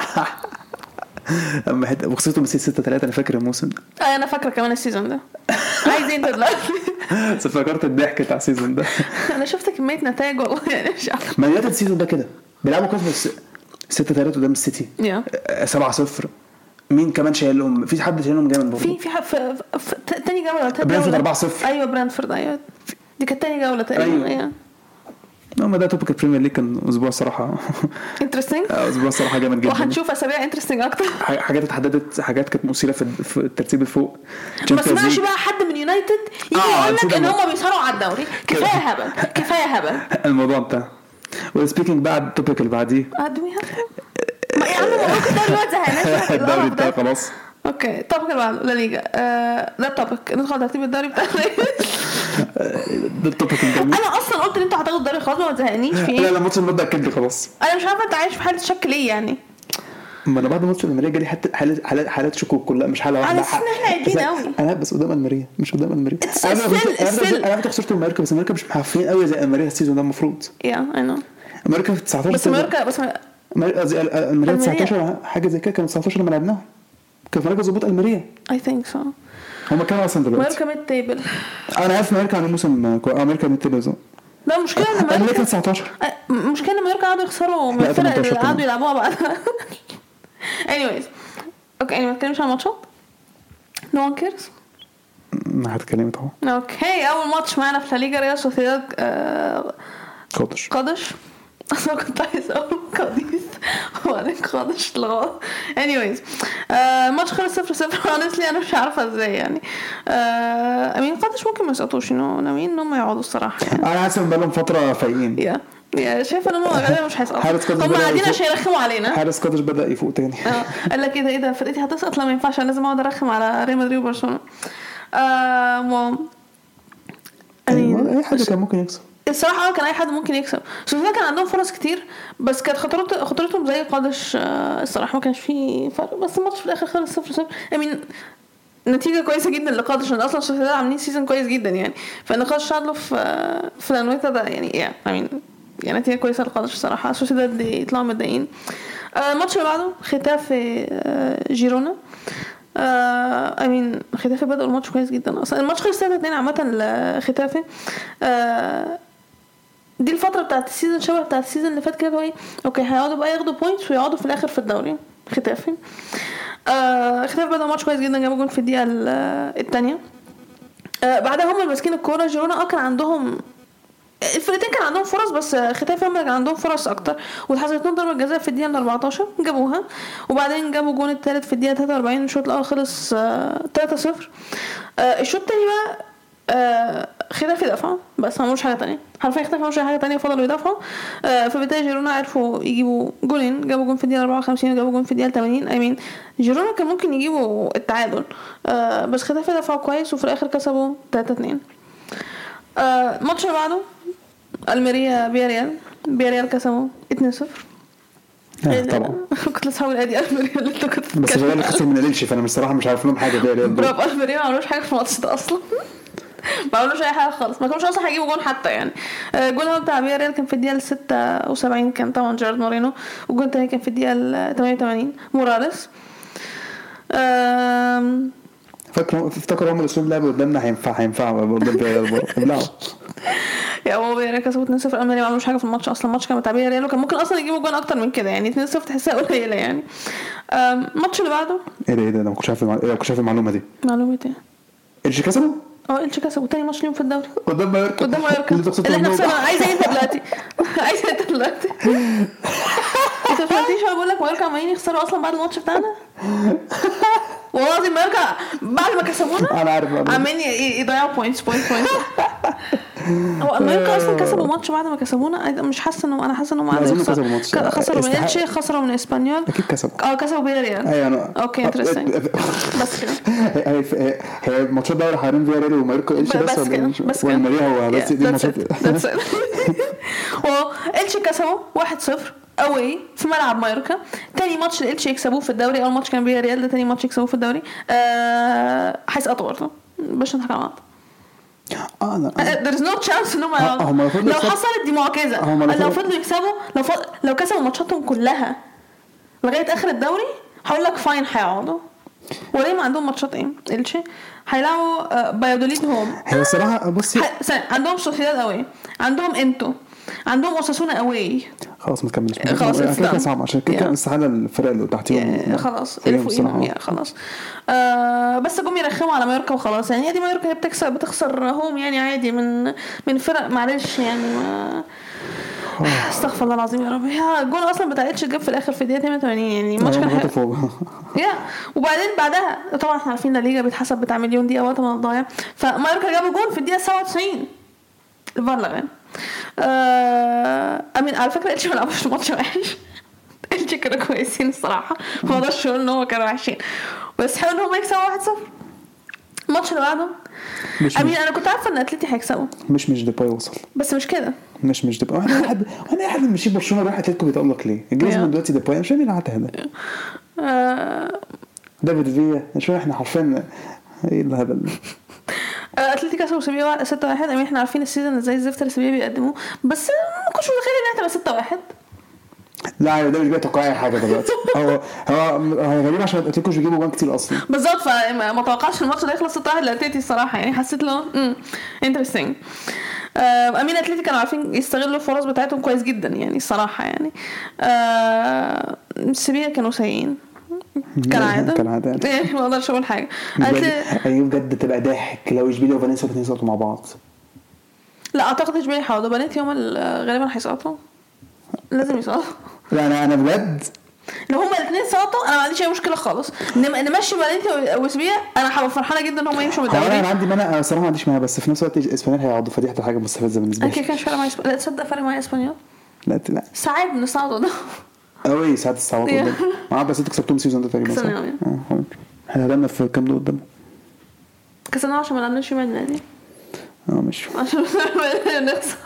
اما حته وخسرتوا من ستة ثلاثة انا فاكر الموسم ده اه انا فاكره كمان السيزون ده عايزين دلوقتي فكرت الضحك بتاع السيزون ده انا شفت كميه نتائج والله يعني مش عارفه ما السيزون ده كده بيلعبوا كويس ستة ثلاثة قدام السيتي سبعة صفر مين كمان شايلهم؟ في حد شايلهم جامد برضه في في ح- في, في تاني جوله برينفورد أربعة صفر. ايوه برينفورد ايوه دي كانت تاني جوله تقريبا. أيوة. ايوه ما ده توبيك البريمير ليج كان اسبوع صراحه انترستنج اسبوع صراحه جامد جدا. وهنشوف اسابيع انترستنج اكتر. حاجات اتحددت حاجات كانت مثيره في في الترتيب الفوق. ما سمعش بقى حد من يونايتد يجي آه، يقول لك نسيت ان أنا. هم بيصارعوا على الدوري. كفايه هبل كفايه هبل. الموضوع انتهى. وسبيكينج بعد التوبيك اللي بعديه ادوي ما يا عم ممكن الدوري الواد زهقان الدوري بتاعه خلاص. اوكي التوبيك اللي بعده لا ليجا. آه ده التوبيك ندخل ترتيب الدوري بتاعنا. ده التوبيك الجميل. انا اصلا قلت ان انتوا هتاخدوا الدوري خلاص ما تزهقنيش في لا ايه. لا ماتش المبدا اكد لي خلاص. انا مش عارفه انت عايش في حاله شك ليه يعني. ما انا بعد ماتش الماريه جالي حتى حالات حالات حالات شكوك كلها مش حاله واحده. على أساس إن إحنا عايدين قوي. انا بس قدام الماريه مش قدام الماريه. It's انا still- انا still. انا كنت خسرت الماريه بس الماريه مش محفين قوي زي الماريه السيزون ده المفروض. يا اي نو الماريه في تسعتاشر بس ماركا بس ما- الماريه الماريه الماريا. تسعتاشر حاجه زي كده كانوا تسعتاشر لما لعبناها كان فريق ظبط الماريه. I think so. هما كانوا اصلا دلوقتي ماركا ميد تيبل. انا عارف ماركا عن الموسم امريكا من التلفزيون. لا مشكلة ان امريكا ماركا تسعتاشر أه، مشكلة ان ماركا قعدوا يخسروا من لا، الفرق تمنتاشر اللي قعدوا كمان. يلعبوها بعد. anyways اوكي انا ما اتكلمش عن ماتشات. no one cares. ما هتكلمت اهو. اوكي اول ماتش معانا في لا ليجا ريال سوسيداد آه، قادش قادش. انا كنت عايز اقول قاديس وبعدين قادش لغايه. anyways آه، الماتش خلص صفر صفر. honestly انا مش عارفه ازاي يعني. آه، امين قادش ممكن ما يسقطوش انه ناويين ان هم يقعدوا الصراحه يعني. انا حاسس ان بقالهم فتره فايقين. يا يا شايفه ان هم غالبا مش هيسقطوا. حارس قادش هم بدأ قاعدين يفوق. عشان يرخموا علينا. حارس قادش بدا يفوق تاني. اه قال لك ايه ده ايه ده فرقتي هتسقط. لا ما ينفعش انا لازم اقعد ارخم على ريال مدريد وبرشلونه. آه مو اي حاجه كان ممكن يكسب الصراحه كان اي حد ممكن يكسب. سوسيداد كان عندهم فرص كتير بس كانت خطرت خطرتهم زي قادش. آه الصراحه ما كانش فيه فرق بس الماتش في الاخر خلص صفر صفر. امين نتيجه كويسه جدا لقادش لان اصلا سوسيداد عاملين سيزون كويس جدا يعني. فان قادش تعادلوا في آه في لانويتا ده يعني يا امين يعني نتيجه كويسه لقادش الصراحه. سوسيداد يطلعوا متضايقين. آه الماتش اللي بعده ختافي آه جيرونا. آه امين ختافي بدأ الماتش كويس جدا اصلا. الماتش خلص ثلاثة اتنين عامه لختافي. آه دي الفتره بتاعت السيزون شبه بتاعت السيزون اللي فات كده. ايه اوكي هيقعدوا بقى ياخدوا بوينتس ويقعدوا في الاخر في الدوري. ختافي آه ختافي بدأ الماتش كويس جدا جابوا جون في الدقيقه الثانيه. آه بعدها هم ماسكين الكوره. جيرونا اه كان عندهم الفرقتين كان عندهم فرص بس ختافي هم كان عندهم فرص اكتر واتحسبت لهم ضربه جزاء في الدقيقه أربعتاشر جابوها. وبعدين جابوا جون الثالث في الدقيقه تلاتة وأربعين. الشوط الاول خلص تلاتة صفر. الشوط الثاني بقى آه ختافي دفعوا بس ما عملوش حاجه ثانيه حرفيا. ختافي ما عملوش حاجه ثانيه فضلوا يدافعوا. آه فبالتالي جيرونا عرفوا يجيبوا جولين. جابوا جون في الدقيقه أربعة وخمسين وجابوا جون في الدقيقه ثمانين. اي مين جيرونا كان ممكن يجيبوا التعادل آه بس ختافي دفعوا كويس وفي الاخر كسبوا تلاتة اتنين. آه الماتش اللي بعده الميريا بياريال. بياريال كسبوا اتنين صفر. طبعا كنت لسه هقول ادي الميريا اللي انت كنت بس الريال خسر من اليلشي فانا بصراحه مش عارف لهم حاجه. بياريال برافو الميريا ما عملوش حاجه في الماتش ده اصلا. ما عملوش اي حاجه خالص. ما كانوش اصلا هيجيبوا جون حتى يعني. الجون الاول بتاع بياريال كان في الدقيقه ستة وسبعين كان طبعا جيرارد مورينو. والجون الثاني كان في الدقيقه تمانية وتمانين موراليس. أم... فاكر افتكر هم الاسلوب لعب قدامنا هينفع هينفع قدام بياريال برضه. يا هو بياريال كسبوا اتنين صفر. الميريا ما عملوش حاجه في الماتش اصلا. الماتش كان بتاع بياريال وكان ممكن اصلا يجيبوا جون اكتر من كده يعني. اتنين صفر تحسها قليله يعني. الماتش اللي بعده ايه ده ايه ده انا ما كنتش عارف ما كنتش عارف المعلومه دي. معلومه ايه اليلشي كسبوا اه اليلشي كسبوا تاني ماتش ليهم في الدوري قدام مايوركا قدام مايوركا اللي احنا خسرنا. عايزه انت دلوقتي عايزه انت دلوقتي انت ما فهمتيش. انا بقول لك مايوركا عمالين يخسروا اصلا بعد الماتش بتاعنا. والله العظيم مايوركا بعد ما كسبونا انا عارف عمالين يضيعوا بوينتس بوينتس بوينتس. هو مايوركا اصلا كسبوا ماتش بعد ما كسبونا. مش حاسه انه انا حاسه انه ما خسروا خسروا من اليلشي خسروا من اسبانيول اكيد كسبوا اه كسبوا بياريال. ايوه انا اوكي انترستنج بس كده. هي هي ماتشات دوري حوالين فياريال ومايوركا اليلشي بس بس والماريا هو بس دي ماتشات. واليلشي كسبوا واحد صفر اوي في ملعب مايوركا. تاني ماتش اليلشي يكسبوه في الدوري. اول ماتش كان بياريال ده تاني ماتش يكسبوه في الدوري. أه هيسقطوا برضه باش نضحك على بعض. اه لا there is no chance انهم يقعدوا. لو حصلت دي معجزه. لو فضلوا يكسبوا لو ف... لو كسبوا ماتشاتهم كلها لغايه اخر الدوري هقول لك فاين هيقعدوا. وليه ما عندهم ماتشات ايه اليلشي هيلعبوا بايودوليد هوم. هي الصراحه بصي ح... عندهم سوسيداد اوي عندهم انتو عندهم اوساسونا اوي خلاص ما تكملش خلاص كده صعب عشان كده Yeah. استحاله الفرق اللي تحتيهم خلاص فريقهم اللي فوقيهم بصراحة. يا خلاص. آه بس جم يرخموا على مايوركا وخلاص يعني. دي مايوركا هي بتكسب بتخسر هوم يعني عادي من من فرق معلش يعني ما استغفر الله العظيم يا رب. هي الجون اصلا بتاع اتش جاب في الاخر في الدقيقه ثمانية وثمانين يعني الماتش كان هو فوق يا وبعدين بعدها طبعا احنا عارفين الليجا بيتحسب بتاع مليون دقيقه وقت ما ضايع. فمايوركا جابوا جون في الدقيقه سبعة وتسعين الفار يعني. آه امين على فكره اتش ما لعبش ماتش وحش. اتش كانوا كويسين الصراحه ما اقدرش اقول ان هو كانوا وحشين بس حاولوا ان هم يكسبوا واحد صفر. الماتش اللي بعده امين انا كنت عارفه ان اتلتي هيكسبوا مش مش ديباي وصل بس مش كده مش مش ديباي. احنا حد وانا احد مشي برشلونه راح اتلتيكو بيتالق ليه الجريزمان دلوقتي ديباي مش مين قعد هنا آه دافيد فيا شو احنا عارفين ايه الهبل. اتلتيكو كسبوا سيفيا ستة واحد. امين احنا عارفين السيزون ازاي الزفت اللي سيفيا بيقدموه بس ما كنتش متخيل انها تبقى ستة واحد. لا ده مش بيتوقع اي حاجه دلوقتي. هو هو هو غريب عشان اتلتيكو مش بيجيبوا جوان كتير اصلا بالظبط فما توقعش الماتش ده يخلص ستة واحد لاتلتي الصراحه يعني حسيت له امم انترستينج. آه امين اتلتي كانوا عارفين يستغلوا الفرص بتاعتهم كويس جدا يعني الصراحه يعني. آه سيفيا كانوا سيئين كالعاده كالعاده يعني ما اقدرش اقول حاجه. ايوه بجد تبقى ضاحك لو اشبيليا وفالنسيا الاثنين صوتوا مع بعض. لا اعتقد اشبيليا هيحاولوا بنات يوم غالبا هيسقطوا لازم يسقطوا. لا انا انا بجد لو هما الاثنين سقطوا انا ما عنديش اي مشكله خالص نمشي فالنسيا وسبيا. انا هبقى فرحانه جدا ان هما يمشوا من الدوري. انا عندي مانع صراحه ما عنديش مانع بس في نفس الوقت اسبانيول هيقعدوا فدي حاجه مستفزه بالنسبه لي. اكيد كان فرق مع اسبانيول. لا تصدق فرق مع اسبانيول لا لا ساعات بنصعدوا ده قوي ساعات الصعود قدام ما بس انت كسبتهم سيزون ده تقريبا صح. اه احنا قدامنا في كام دول قدام كسبنا عشان ما لعبناش يوم النادي اه مش عشان نخسر.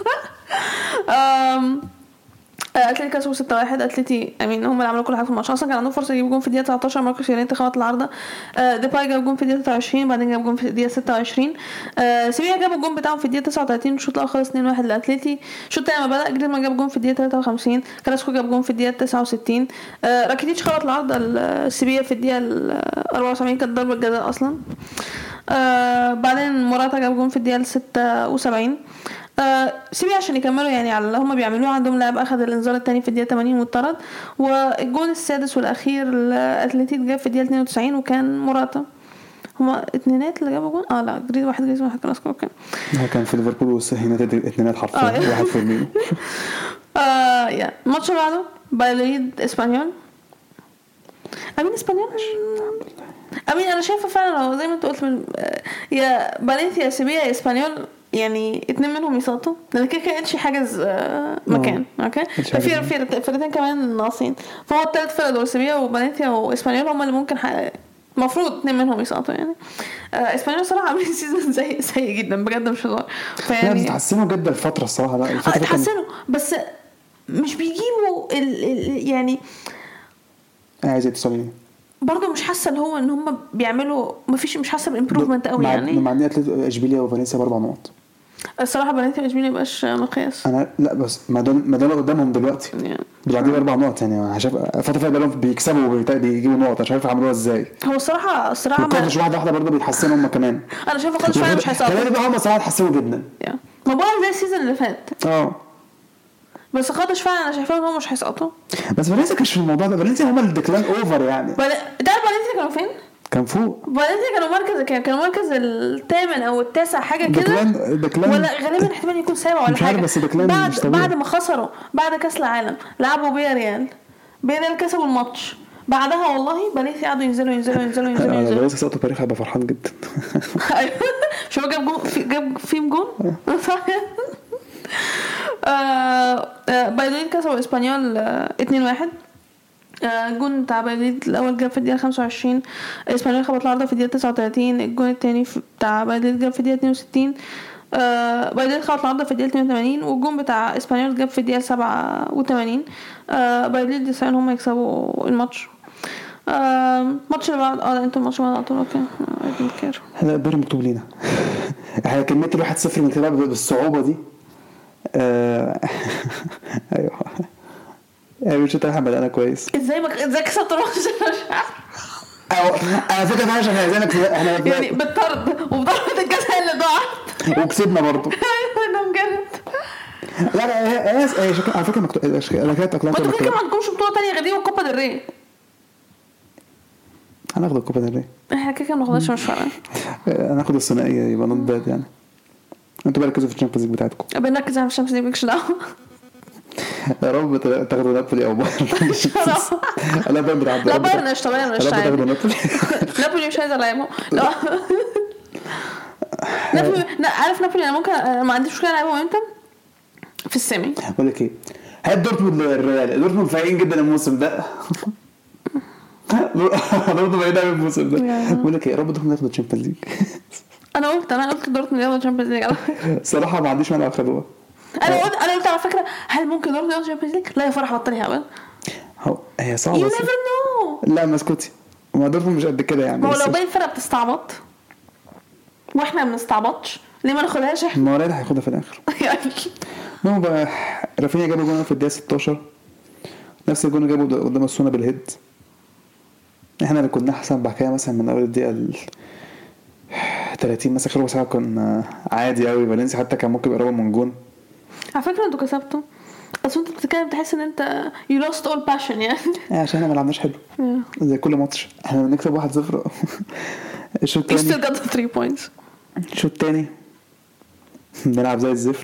امم اتلتي كسبوا ستة واحد. اتلتي امين هم اللي عملوا كل حاجه في الماتش اصلا. كان عندهم فرصه يجيبوا جون في الدقيقه تسعتاشر ماركوس يورينتي خبط العارضه. ديباي جاب جون في الدقيقه تلاتة وعشرين بعدين جاب جون في الدقيقه ستة وعشرين. سيفيا جابوا الجون بتاعهم في الدقيقه تسعة وتلاتين الشوط الاول خلص اتنين واحد لاتلتي. الشوط الثاني ما بدا جريزمان جاب جون في الدقيقه تلاتة وخمسين. كلاسكو جاب جون في الدقيقه تسعة وستين. راكيتيتش خبط العارضه السيفيا في الدقيقه أربعة وسبعين كانت ضربه جزاء اصلا. بعدين موراتا جاب جون في الدقيقه ستة وسبعين. آه سيبي عشان يكملوا يعني على اللي هم بيعملوه. عندهم لاعب اخذ الانذار الثاني في الدقيقه تمانين واتطرد. والجون السادس والاخير الاتلتيك جاب في الدقيقه اتنين وتسعين وكان موراتا. هما اتنينات اللي جابوا جون اه لا جريز واحد جريز واحد كلاسكو كان هو كان في ليفربول والسهينات اتنينات حرفيا آه واحد في المية. اه يا الماتش اللي بعده بايلوريد اسبانيول. امين اسبانيول امين انا شايفه فعلا زي ما انت قلت من يا فالنسيا سيفيا يا اسبانيول يعني اتنين منهم يسقطوا لان كده كده اتش حاجز مكان اوكي. ففي في فرقتين كمان ناقصين فهو الثلاث فرق دول سيفيا وفالنسيا واسبانيول هم اللي ممكن المفروض اتنين منهم يسقطوا يعني. اسبانيول صراحه عاملين سيزون زي سيء جدا بجد مش هزار. فيعني بيتحسنوا جدا الفتره الصراحه. لا الفتره بيتحسنوا بس مش بيجيبوا ال ال يعني عايز يتصلي برضه مش حاسه ان هو ان هم بيعملوا مفيش مش حاسه بالامبروفمنت قوي يعني. مع ان اتلتيكو اشبيليا وفالنسيا باربع نقط الصراحه فالنسيا واشبيليا مبقاش مقياس. انا لا بس ما دول ما دول قدامهم دلوقتي بعدين اربع نقط يعني انا شايف فتره فاتت بالهم بيكسبوا وبيجيبوا نقط. انا شايف عملوها ازاي. هو الصراحه الصراحه ما كانش واحده واحده برضه بيتحسنوا هم كمان. انا شايفه خالص فعلا مش هيسقطوا كمان بقى هم صراحه اتحسنوا جدا ما بقول زي السيزون اللي فات اه بس خاطش فعلا انا شايفه ان هم مش هيسقطوا. بس فالنسيا كانش في الموضوع ده. فالنسيا هم الديكلان اوفر يعني. بل... تعرف فالنسيا كانوا فين؟ كان فوق. فالنسيا كانوا مركز كانوا مركز الثامن او التاسع حاجه كده ديكلان ديكلان ولا غالبا احتمال يكون سابع ولا حاجه. بس بعد بعد ما خسروا بعد كاس العالم لعبوا بياريال بياريال كسبوا الماتش بعدها والله فالنسيا قعدوا ينزلوا ينزلوا ينزلوا ينزلوا انا لو سقطوا تاريخ هيبقى فرحان جدا. شو جاب جون في جاب فيهم جون صح. بايلوريد كسبوا اسبانيول اتنين واحد. الجون بتاع بايلوريد الاول جاب في الدقيقه خمسة وعشرين. اسبانيول خبط العارضه في الدقيقه تسعة وتلاتين. الجون الثاني بتاع بايلوريد جاب في الدقيقه اتنين وستين. بايلوريد خبط العارضه في الدقيقه اتنين وتمانين والجون بتاع اسبانيول جاب في الدقيقه سبعة وتمانين. بايلوريد يسعون هم يكسبوا الماتش. ماتش اللي بعد اه انتوا الماتش بعد على طول اوكي كير هذا بير مكتوب لينا. احنا كميه الواحد صفر من كده بالصعوبه دي. ايوه ايوه مش هتحمل انا كويس ازاي ما ازاي كسبت الماتش او انا فاكر انا عشان زينك احنا يعني بالطرد وبضربه الجزاء اللي ضاعت وكسبنا برضه. ايوه انا بجد لا لا هي هي شكل على فكره مكتوب. انا كانت ما اقلعت انتوا كده ما عندكمش بطوله تانية غير دي والكوبا ديل ري. هناخد الكوبا ديل ري. احنا كده كده ما ناخدهاش مش فارقه. هناخد الثنائيه يبقى نوت باد يعني. انتوا بقى ركزوا في الشامبيونز ليج بتاعتكم. بنركز على الشامبيونز ليج مش دعوه. يا رب تاخدوا نابولي او بايرن. انا بايرن بتاع لا بايرن مش طبيعي مش عايز نابولي مش عايز العبه. لا نابولي عارف نابولي انا ممكن ما عنديش مشكله العبه امتى في السيمي. بقول لك ايه هات دورتموند الريال. دورتموند فايقين جدا الموسم ده. دورتموند فايقين الموسم ده. بقول لك ايه يا رب دورتموند ياخد الشامبيونز ليج. انا قلت انا قلت دورتموند ياخد الشامبيونز ليج صراحه ما عنديش مانع ياخدوها. انا قلت انا قلت على فكره هل ممكن دورتموند ياخد الشامبيونز ليج؟ لا يا فرح بطلي هبل. هو هي صعبه. يو نيفر نو. لا مسكوتي ما دورتموند مش قد كده يعني. ما هو لو باقي الفرق بتستعبط واحنا ما بنستعبطش ليه ما ناخدهاش احنا؟ ما ريال هياخدها في الاخر. المهم بقى رافينيا جاب جون في الدقيقه ستاشر نفس الجون اللي جابه قدام السونا بالهيد. احنا اللي كنا احسن بعد كده مثلا من اول الدقيقه ثلاثين مثلا اخر ساعه كنا عادي قوي. فالنسيا حتى كان ممكن يقرب من جون. على فكره انتوا كسبتوا بس انت بتتكلم تحس ان انت you lost all passion يعني. ايه عشان احنا ما لعبناش حلو زي كل ماتش. احنا بنكسب واحد صفر. الشوط الثاني still got the three points. الشوط الثاني بنلعب زي الزفت.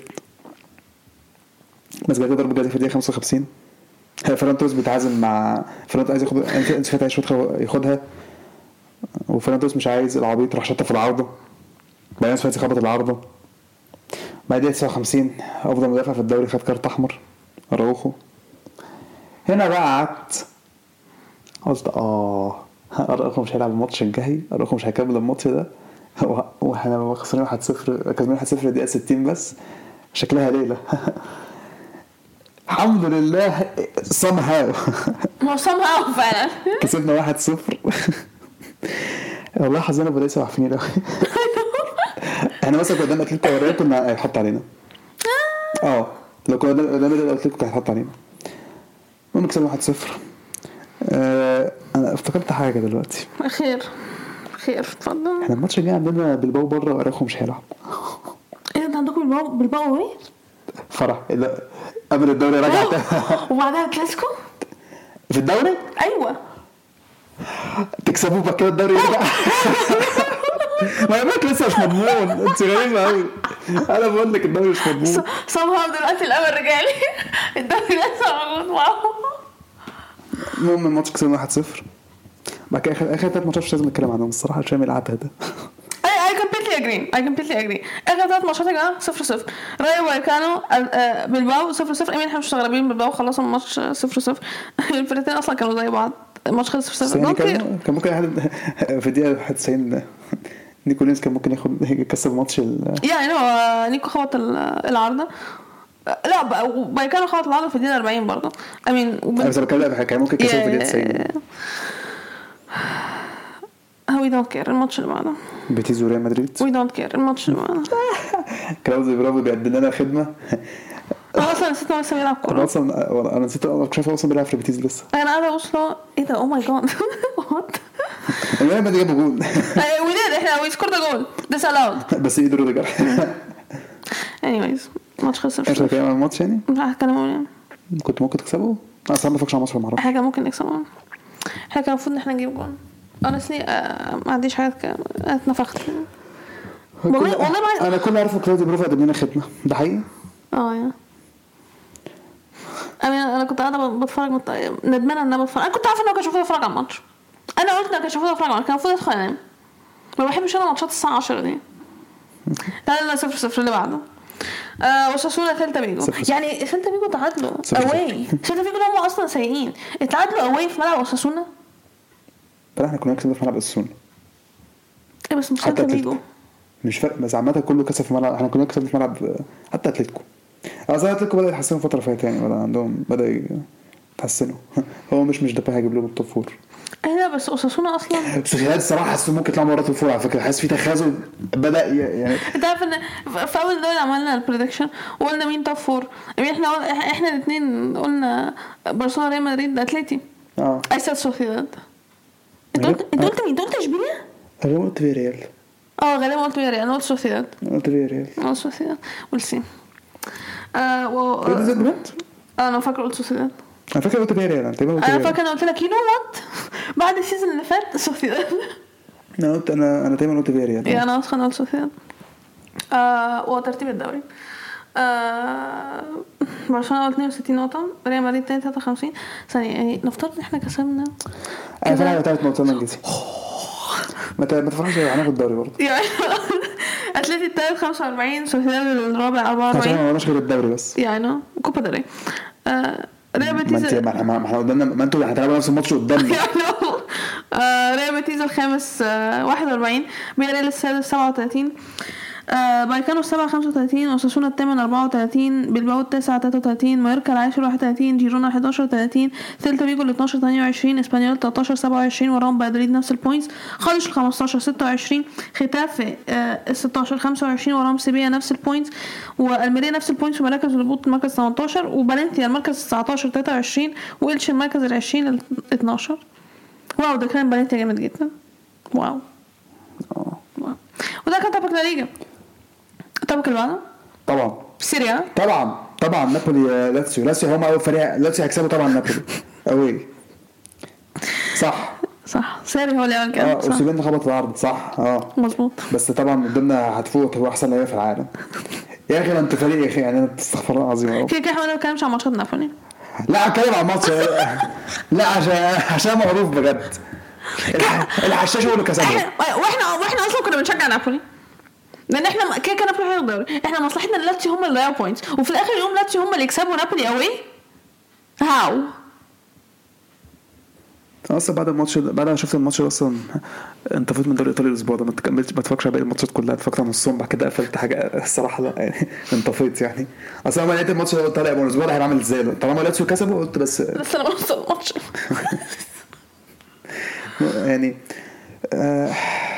بس جاي ضربه جزاء في الدقيقه خمسة وخمسين. فران توريس بيتعازم مع فران عايز ياخد انت فتح شوط ياخدها وفران توريس مش عايز. العبيط راح شاطها في العارضه. بعدين فاتي خبط العارضه. بعد دقيقه تسعة وخمسين افضل مدافع في الدوري خد كارت احمر اراوخو. هنا بقى قعدت قلت اه اراوخو مش هيلعب الماتش الجاي. اراوخو مش هيكمل الماتش ده. واحنا خسرانين واحد صفر كسبانين واحد صفر دقيقه ستين بس. شكلها ليله. الحمد لله somehow ما somehow فعلا كسبنا واحد صفر. والله حظنا بليس وعفني له. احنا مثلا قدام اتلتيكو والريال كنا هيحط علينا. اه لو كنا قدام اتلتيكو كان هيحط علينا. المهم كسبنا واحد صفر. آه انا افتكرت حاجه دلوقتي. خير خير اتفضل. احنا الماتش الجاي عندنا بالباو بره واراخو مش هيلعب. ايه انت عندكم بالباو بالباو ايه فرح لا قبل الدوري رجع وبعدها كلاسيكو في الدوري. ايوه تكسبوا بقى كده الدوري يرجع. ما يبقى لسه مش مضمون. انت غريبه قوي. انا بقول لك الدوري مش مضمون. صباح دلوقتي الامل رجع لي. الدوري لسه موجود معاهم. المهم الماتش كسبنا واحد صفر. بعد كده اخر اخر ثلاث ماتشات مش لازم نتكلم عنهم الصراحه عشان العته ده. I completely agree I completely agree. اخر ثلاث ماتشات يا جماعه صفر صفر. رايو وايكانو بالباو صفر صفر. امين احنا مش مستغربين بالباو خلصوا الماتش صفر صفر. الفرقتين اصلا كانوا زي بعض. الماتش خلص صفر صفر. كان كان ممكن حد في الدقيقه واحد وتسعين نيكولينز كان ممكن ياخد يكسب الماتش. يعني هو نيكو خبط العارضه. لا بايكانو خبط العارضه في الدقيقه أربعين برضه. امين بس بتكلم كان ممكن يكسب في الدقيقه تسعين. we don't care. الماتش اللي بعده بيتيز وريال مدريد. we don't care. الماتش اللي بعده كلاوزي برافو بيقدم لنا خدمه. انا اصلا نسيت انه لسه بيلعب كوره. اصلا انا نسيت شايفه اصلا بيلعب في بيتيز لسه. انا قاعده اوصله ايه ده. او ماي جاد وات ريال مدريد جاب جول. ولاد احنا وي سكور ذا جول ذس الاود بس ايده روديجر. anyways ماتش خسر. ايش رايك في الماتش يعني؟ لا كان كنت ممكن تكسبه. انا اصلا ما بفكرش على مصر ما اعرفش. حاجه ممكن نكسبها. احنا كان المفروض ان احنا نجيب جول. انا سني ما عنديش حاجه اتنفخت والله والله ما انا كل عارفه كلاودي بروفا قدم لنا خدمه ده حقيقي. اه يا انا انا كنت قاعده بتفرج مت... ندمانه ان انا بتفرج. انا كنت عارفه ان انا كنت اشوفه اتفرج على الماتش. انا قلت ان انا كنت اشوفه اتفرج على كان المفروض ادخل انام. ما بحبش انا ماتشات الساعه عشرة دي. لا لا صفر صفر اللي بعده. آه وساسونا سيلتا فيجو. يعني سيلتا فيجو تعادلوا اواي. سيلتا فيجو هم اصلا سيئين اتعادلوا اواي في ملعب وساسونا. احنا كنا نكسب في ملعب وساسونا. ايه بس مش سيلتا فيجو مش فرق بس عامه كله كسب في ملعب. احنا كنا نكسب في ملعب حتى اتلتيكو. اصلا اتلتيكو بدا يتحسنوا فتره فاتت يعني ولا عندهم بدا يتحسنوا. هو مش مش ده هيجيب لهم التوب فور. ايه بس اوساسونا اصلا بس هي الصراحه حاسس ممكن يطلعوا مرات الفور على فكره. حاسس في تخاذل بدا يعني. انت عارف ان في اول دوري عملنا البريدكشن وقلنا مين توب فور. يعني احنا احنا الاثنين قلنا برشلونه ريال مدريد اتلتي. اه ايسر سوسيداد. انت قلت انت قلت مين؟ قلت اشبيليه. انا قلت فيريال. اه غالبا قلت فيريال. انا قلت سوسيداد. قلت فيريال. اه سوسيداد والسي. آه و... اودينيزي بجد انا فاكره قلت سوسيداد. انا فاكر قلت فياريال. انا تقريبا قلت انا فياريال. فاكره انا قلت لك يو نو وات بعد السيزون اللي فات سوسيداد. انا قلت انا انا تقريبا قلت فياريال. يا انا اصلا قلت سوسيداد. آه وترتيب الدوري آه برشلونه اول اثنين وستين نقطه، ريال مدريد ثلاثة وخمسين. ثانيه يعني نفترض ان احنا كسبنا انا فعلا ثلاث نقط انا انجليزي. ما ما تفرحش هناخد الدوري برضه يعني. اتلتي الثالث خمسة وأربعين، سوسيداد الرابع أربعة وأربعين. عشان ما قلناش غير الدوري بس يعني كوبا داري. آه ريال ما بيتيز انت ما احنا قدامنا ما انتوا هتلعبوا نفس الماتش قدامنا. آه ريال بيتيز الخامس آه واحد وأربعين، فياريال السادس سبعة وثلاثين، آه بايكانو السابع خمسة وثلاثين، اوساسونا الثامن أربعة وثلاثين، بلباو التاسع ثلاثة وثلاثين، مايوركا العاشر واحد وثلاثين، جيرونا حداشر ثلاثين، سيلتا فيجو الاثناشر ثمانية وعشرين، اسبانيول تلتاشر سبعة وعشرين، وراهم فالladolid نفس البوينتس، خالص الخمستاشر ستة وعشرين، ختافي آه الستاشر خمسة وعشرين، وراهم سيبيا نفس البوينتس، والميريا نفس البوينتس، ومراكز الهبوط المركز ثمانية عشر، وفالنسيا المركز تسعتاشر ثلاثة وعشرين، وإلتشي المركز العشرين اثناشر. واو ده كان فالنسيا جامد جدا. واو اه واو. وده كان طبق الليجا. طبق اللي بعده طبعا سيريا. طبعا طبعا نابولي لاتسيو. لاتسيو هم اول فريق. لاتسيو هيكسبوا طبعا نابولي قوي. صح صح سيريا هو اللي عمل كده. اه وسيبين خبط العرض صح اه مظبوط. بس طبعا قدامنا هتفوق هو احسن لعيبه في العالم. يا اخي ما انت فريق يا اخي يعني انا استغفر الله العظيم يا رب. كده كده احنا ما بنتكلمش عن ماتشات نابولي. لا اتكلم عن الماتش. لا عشان عشان معروف بجد الحشاش هو اللي كسبه. واحنا واحنا اصلا كنا بنشجع نابولي لان احنا كده كده نابولي هياخد الدوري. احنا مصلحتنا لاتسيو هم اللي ضيعوا بوينتس، وفي الاخر اليوم لاتسيو هم اللي يكسبوا نابولي قوي. هاو اصلا بعد الماتش بعد ما شفت الماتش اصلا انطفيت من الدوري الايطالي الاسبوع ده. ما تكملتش ما اتفرجش على باقي الماتشات كلها. اتفرجت على نصهم بعد كده قفلت حاجه الصراحه. لا يعني انطفيت يعني. اصلا ما لقيت الماتش اللي طالع من الاسبوع ده هيعمل ازاي طالما لاتسيو كسبوا قلت بس بس انا بص الماتش يعني آه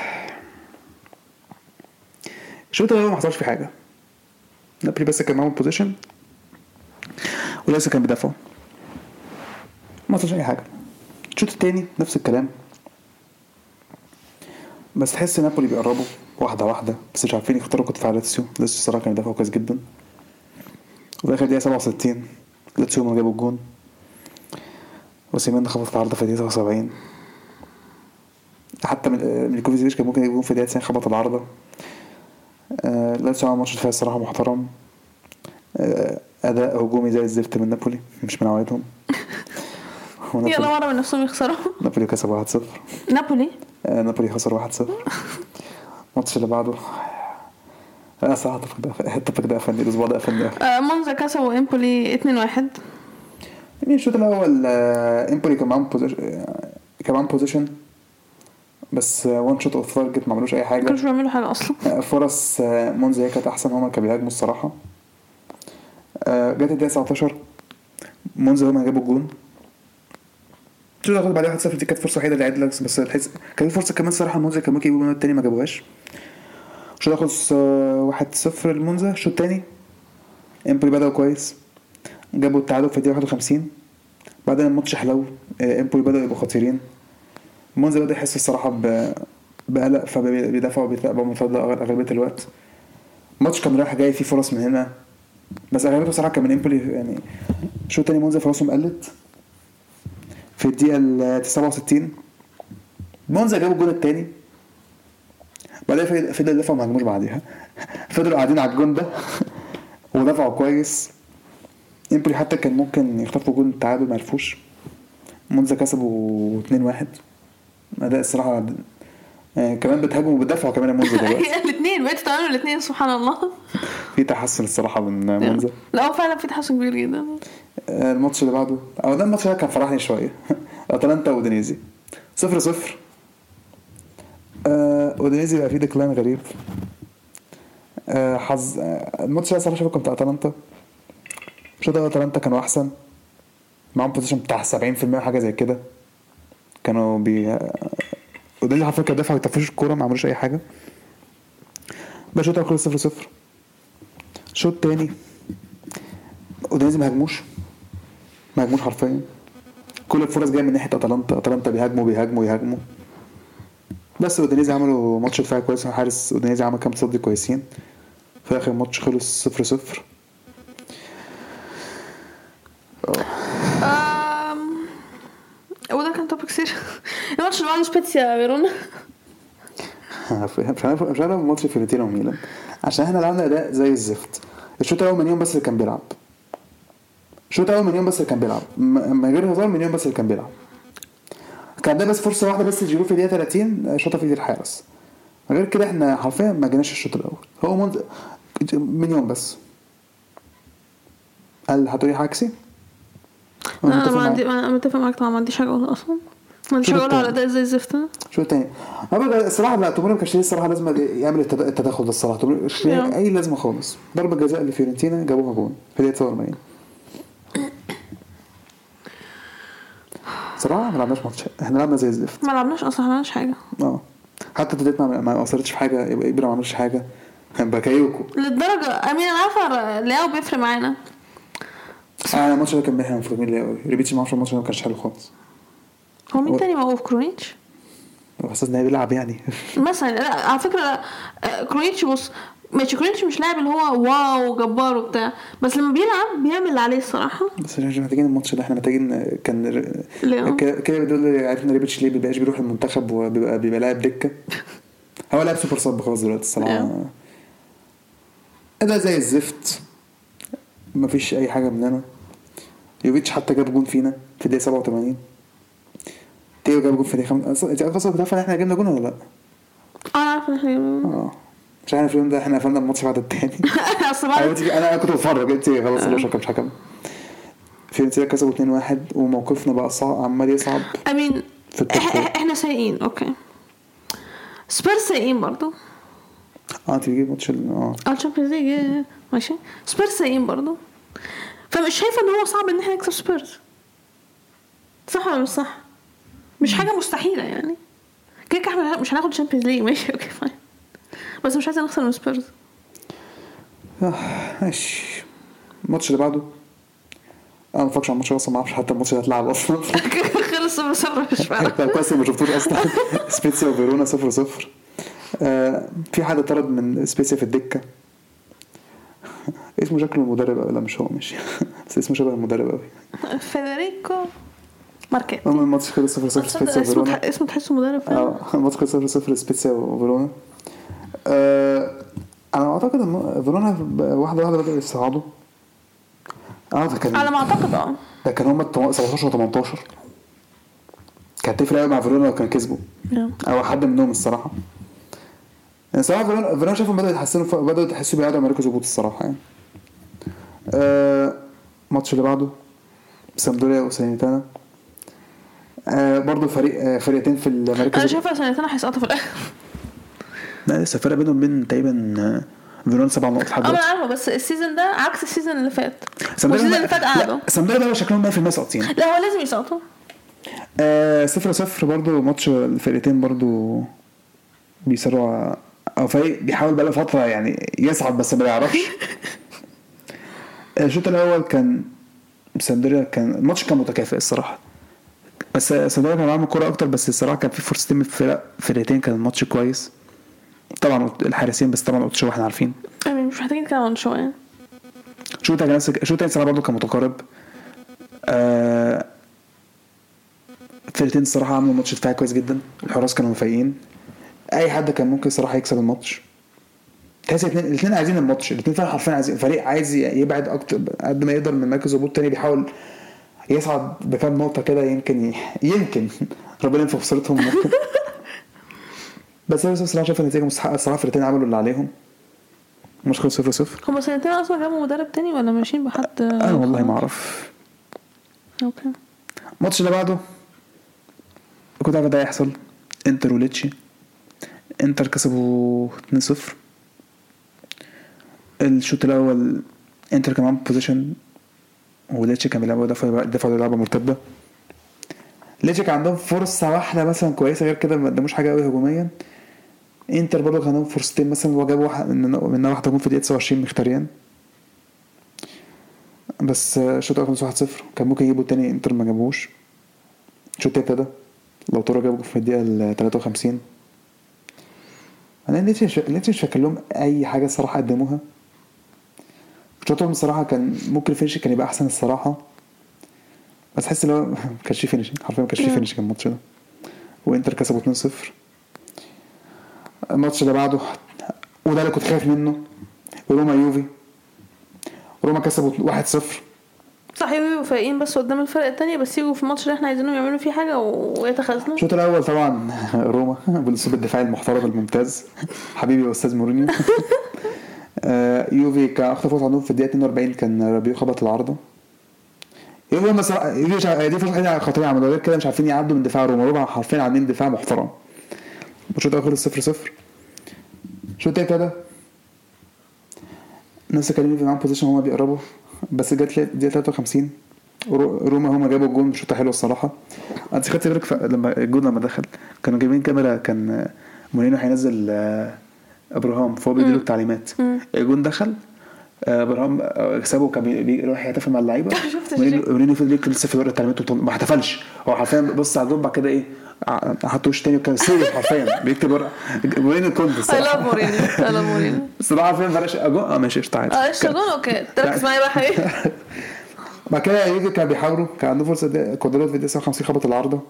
شوط الاول ما حصلش في حاجه. نابولي بس كان معاهم بوزيشن ولسه كان بيدافعوا ما حصلش اي حاجه. الشوط الثاني نفس الكلام بس تحس نابولي بيقربوا واحده واحده بس مش عارفين يختاروا دفاع لاتسيو. لاتسيو الصراحه كان بيدافعوا كويس جدا. وفي اخر دقيقه سبعة وستين لاتسيو ما جابوا الجون وسيمين خبط العارضه في دقيقه سبعة وسبعين. حتى ميليكوفيتش كان ممكن يجيبون في دقيقه تسعين خبط العارضه. آه لاتسيو عمل ماتش دفاعي الصراحه محترم. آه اداء هجومي زي الزفت من نابولي مش من عوايدهم. يلا مرة من نفسهم يخسروا. نابولي كسب واحد صفر. نابولي آه نابولي خسر واحد صفر. الماتش اللي بعده انا صراحه اتفق ده اتفق ده فني الاسبوع ده فني. آه مونزا كسبوا امبولي اتنين واحد. يعني الشوط الاول آه امبولي كان معاهم بوزيشن آه كان معاهم بوزيشن بس وان شوت اوف تارجت ما عملوش اي حاجه. ما كانوش بيعملوا حاجه اصلا. آه فرص آه مونزا هي كانت احسن. هما كانوا بيهاجموا الصراحه. آه جت الدقيقه تسعتاشر مونزا هما جابوا الجون. شو دخل بعدها واحد صفر. دي كانت فرصه وحيده لعيد بس الحس كان في فرصه كمان صراحه المونزا كان ممكن يجيبوا من التاني ما جابوهاش. شو دخل واحد صفر المونزا. شو التاني امبولي بدأوا كويس جابوا التعادل في الدقيقه واحد وخمسين. بعدين الماتش حلو. امبولي بدأوا يبقوا خطيرين. المونزا بدأ يحس الصراحه بقلق فبيدافعوا بيتابعوا من فضل اغلبيه الوقت. الماتش كان رايح جاي فيه فرص من هنا بس اغلبيته صراحه كان من امبولي يعني. شو تاني مونزا فرصهم قلت في الدقيقه سبعة وستين. مونزا جابوا الجون الثاني بعدين فضل يدافعوا ما هجموش بعديها. فضلوا قاعدين على الجون ده ودافعوا كويس. امبولي حتى كان ممكن يخطفوا جون التعادل ما عرفوش. مونزا كسبوا اتنين واحد. اداء الصراحه يعني كمان بتهاجموا وبتدافعوا كمان مونزا دلوقتي. الاثنين بقيتوا تعملوا الاثنين سبحان الله. في تحسن الصراحه من مونزا. لا فعلا في تحسن كبير جدا. الماتش اللي بعده او ده الماتش ده كان فرحني شويه. اتلانتا ودينيزي صفر صفر. اودينيزي بقى فيه ديكلاين غريب. أه حظ أه الماتش ده صراحه كان بتاع اتلانتا. مش ده اتلانتا كانوا احسن معاهم بوزيشن بتاع سبعين في المية حاجه زي كده. كانوا بي اودينيزي حرفيا كانوا دافعوا يطفشوا الكوره ما عملوش اي حاجه. بقى شوط اخر صفر صفر. شوط تاني اودينيزي ما هاجموش ما هاجموش حرفيا. كل الفرص جايه من ناحيه اتلانتا. اتلانتا بيهاجموا بيهاجموا يهاجموا بس اودينيزي عملوا ماتش دفاعي كويس. حارس اودينيزي عمل كام تصدي كويسين. في اخر الماتش خلص صفر صفر. كتير. الماتش اللي بعده سبيتسيا فيرونا. مش عارف مش عارف ماتش فيورنتينا وميلان عشان احنا لعبنا اداء زي الزفت. الشوط الاول من يوم بس اللي كان بيلعب الشوط الاول من يوم بس اللي كان بيلعب من غير هزار من يوم بس اللي كان بيلعب كان ده بس فرصه واحده بس جيرو في الدقيقه ثلاثين شاطه في ايد الحارس. غير كده احنا حرفيا ما جيناش الشوط الاول. هو منذ من يوم بس. هل هتقولي عكسي؟ لا انا ما عندي انا متفق معاك طبعا. ما عنديش حاجه اقولها اصلا. ما عنديش حاجه اقولها على اداء زي الزفت. شو تاني ابدا الصراحه. لا توموري ما كانش ليه الصراحه لازم يعمل التدخل ده الصراحه. توموري مش اي لازمه خالص. ضربه جزاء لفيورنتينا جابوها جون في الدقيقه سبعة وأربعين. صراحه ما لعبناش ماتش. احنا لعبنا زي الزفت. ما لعبناش اصلا. ما عملناش حاجه. اه حتى تديت ما ما اثرتش في حاجه. يبقى ابره ما عملش حاجه. بكايوكو للدرجه امين انا عارفه لاو بيفرق معانا. انا الماتش ده كان بيحيى مفروض مين لاو ريبيتش ما عرفش الماتش ده ما كانش حلو خالص. هو مين تاني موقف كرونيتش؟ احساس ان هو بيلعب يعني مثلا. لا على فكره كرونيتش بص ماشي. كرونيتش مش لاعب اللي هو واو جبار وبتاع بس لما بيلعب بيعمل اللي عليه الصراحه. بس احنا محتاجين الماتش ده. احنا محتاجين كان كده بيقول عارفين ريبيتش ليه بيبقاش بيروح المنتخب وبيبقى بيبقى لاعب دكه. هو لاعب سوبر صب خلاص دلوقتي الصراحه. ده زي الزفت. مفيش اي حاجه مننا. يوفيتش حتى جاب جون فينا في الدقيقه سبعة وثمانين. تيو جاب جون في الدقيقه خمسة. انت اصلا بتعرف ان احنا جبنا جون ولا لا؟ انا عارف ان احنا جبنا جون. اه مش عارف اليوم ده احنا قفلنا الماتش بعد التاني. اصلا انا كنت بتفرج. انت خلاص لو شكل مش حكم. فيورنتينا كسبوا اتنين واحد وموقفنا بقى صعب عمال يصعب. امين احنا سايقين. اوكي سبيرس سايقين برضو. اه انت بتجيب ماتش اه اه الشامبيونز ليج ماشي. سبيرس سايقين برضو. فمش شايفه ان هو صعب ان احنا نكسب سبيرس. صح ولا مش صح؟ مش حاجه مستحيله يعني. كده احنا مش هناخد الشامبيونز ليج ماشي اوكي فاين. بس مش عايزين نخسر من سبيرز. اه ماشي. الماتش اللي بعده انا ما فكرش على الماتش اصلا. ما اعرفش حتى الماتش ده اتلعب اصلا. خلص صفر مش فاهم. كويس ما شفتوش اصلا. سبيتسيا وفيرونا صفر صفر. آه في حد طرد من سبيتسيا في الدكه. اسمه شكله المدرب أو لا مش هو ماشي. بس اسمه شبه المدرب قوي. فيدريكو ماركيت. المهم الماتش خلص صفر صفر سبيتسيا وفيرونا. اسمه تحسه مدرب فعلا. اه الماتش خلص صفر صفر سبيتسيا وفيرونا. آه انا اعتقد ان فيرونا واحده واحده بدأوا يصعدوا. اه ده كان على ما اعتقد اه ده كان هم سبعتاشر وتمنتاشر. كانت تفرق مع فيرونا لو كان كسبوا او حد منهم الصراحه. يعني صراحه فيرونا فيرونا شافوا بدأوا يتحسنوا بدأوا يحسوا بيعادوا مركز هبوط الصراحه يعني. آه الماتش اللي بعده سامدوريا وسانيتانا. آه برضو فريق آه فريقين في المركز. انا شايفه سانيتانا هيسقطوا في الاخر. لا لسه فرق بينهم بين تقريبا فيرونا سبع نقط لحد دلوقتي. انا عارفه بس السيزون ده عكس السيزون اللي فات. السيزون اللي فات قعدوا. سامدوريا بقى شكلهم مية في المية ساقطين. لا هو لازم يسقطوا. آه صفر صفر برضو ماتش الفرقتين برضو بيسروا او فريق بيحاول بقى فتره يعني يصعد بس ما بيعرفش. الشوط الاول كان سامدوريا كان الماتش كان متكافئ الصراحه. بس سامدوريا كان عامل كوره اكتر بس الصراحه كان في فرصتين من فرق فرقتين كان الماتش كويس. طبعا الحارسين بس طبعا اوتشو احنا عارفين. انا مش محتاجين كده عن شويه. شوط كان شوط الثاني برضه كان متقارب. آه الفرقتين الصراحه عملوا ماتش دفاعي كويس جدا. الحراس كانوا مفايقين. اي حد كان ممكن الصراحه يكسب الماتش. تحس الاثنين الاثنين عايزين الماتش. الاثنين فعلا حرفيا عايزين. فريق عايز يبعد اكتر قد ما يقدر من مركز هبوط تاني. بيحاول يصعد بكام نقطه كده يمكن يمكن ربنا ينفع بصيرتهم ممكن. بس انا الصراحه شايف النتيجه مستحقه الصراحه. الفرقتين عملوا اللي عليهم. مش خلص صفر صفر. هم سنتين اصلا جابوا مدرب تاني ولا ماشيين بحد؟ انا والله ما اعرف. اوكي الماتش اللي بعده كنت عارف ده هيحصل. انتر وليتشي. انتر كسبوا اتنين صفر. الشوط الاول انتر كان معاهم بوزيشن وليتشي كان بيلعبوا دفاع دفاع لعبه مرتده. ليتشي كان عندهم فرصه واحده مثلا كويسه غير كده ما قدموش حاجه قوي هجوميا. انتر برضه كان عندهم فرصتين مثلا وجابوا واحد منها واحده جون في الدقيقه تسعة وعشرين مختاريان. بس الشوط الاول واحد صفر كان ممكن يجيبوا تاني. انتر ما جابوش. الشوط التاني ده لو طاروا جابوا في الدقيقه تلاتة وخمسين. انا ليتشي ليتشي مش فاكر لهم اي حاجه الصراحه قدموها. شوطهم الصراحه كان ممكن الفينش كان يبقى احسن الصراحه. بس حس ان هو ما كانش فيه فينيشنج حرفيا، ما كانش فيه فينيشنج الماتش ده. وانتر كسبوا اتنين صفر. الماتش اللي بعده وده اللي كنت خايف منه، روما يوفي. روما كسبوا واحد صفر. صح، يوفي فايقين بس قدام الفرق التانية، بس يجوا في الماتش اللي احنا عايزينهم يعملوا فيه حاجة ويتخاذلوا. الشوط الاول طبعا روما بالاسلوب الدفاعي المحترم الممتاز، حبيبي يا استاذ مورينيو. يوفي كان اخطر فرصه عندهم في الدقيقه اتنين واربعين، كان رابيو خبط العارضه. يوفي مثلا يوفي دي فرصه خطيره عملوا غير كده، مش عارفين يعدوا من دفاع روما. روما حرفيا عاملين دفاع محترم. الشوط الاول صفر صفر. الشوط الثاني كده نفس الكلام، في معاهم بوزيشن هما بيقربوا، بس جت الدقيقه تلاتة وخمسين روما هما جابوا الجول. شوطه حلوه الصراحه. انت خدت بالك لما الجول لما دخل كانوا جايبين كاميرا، كان مورينيو هينزل ابراهام فوق بيديله التعليمات. الجول دخل ابراهام كسبه، كان بيروح يحتفل مع اللعيبه. مورينيو فضل يكتب لسه في ورقه التعليمات ما احتفلش، هو حرفيا بص على الجول بعد كده ايه حط وش تاني وكان سيريس حرفيا بيكتب ورقه. مورينيو كنت الصراحه لا مورينيو لا مورينيو الصراحه فين فرش اجو اه ماشي قشطه عادي. اه قشطه جون اوكي. تركز معايا بقى حبيبي. بعد كده يجي كان بيحاولوا، كان عنده فرصه كودرات في الدقيقه تسعة وخمسين خبط العارضه.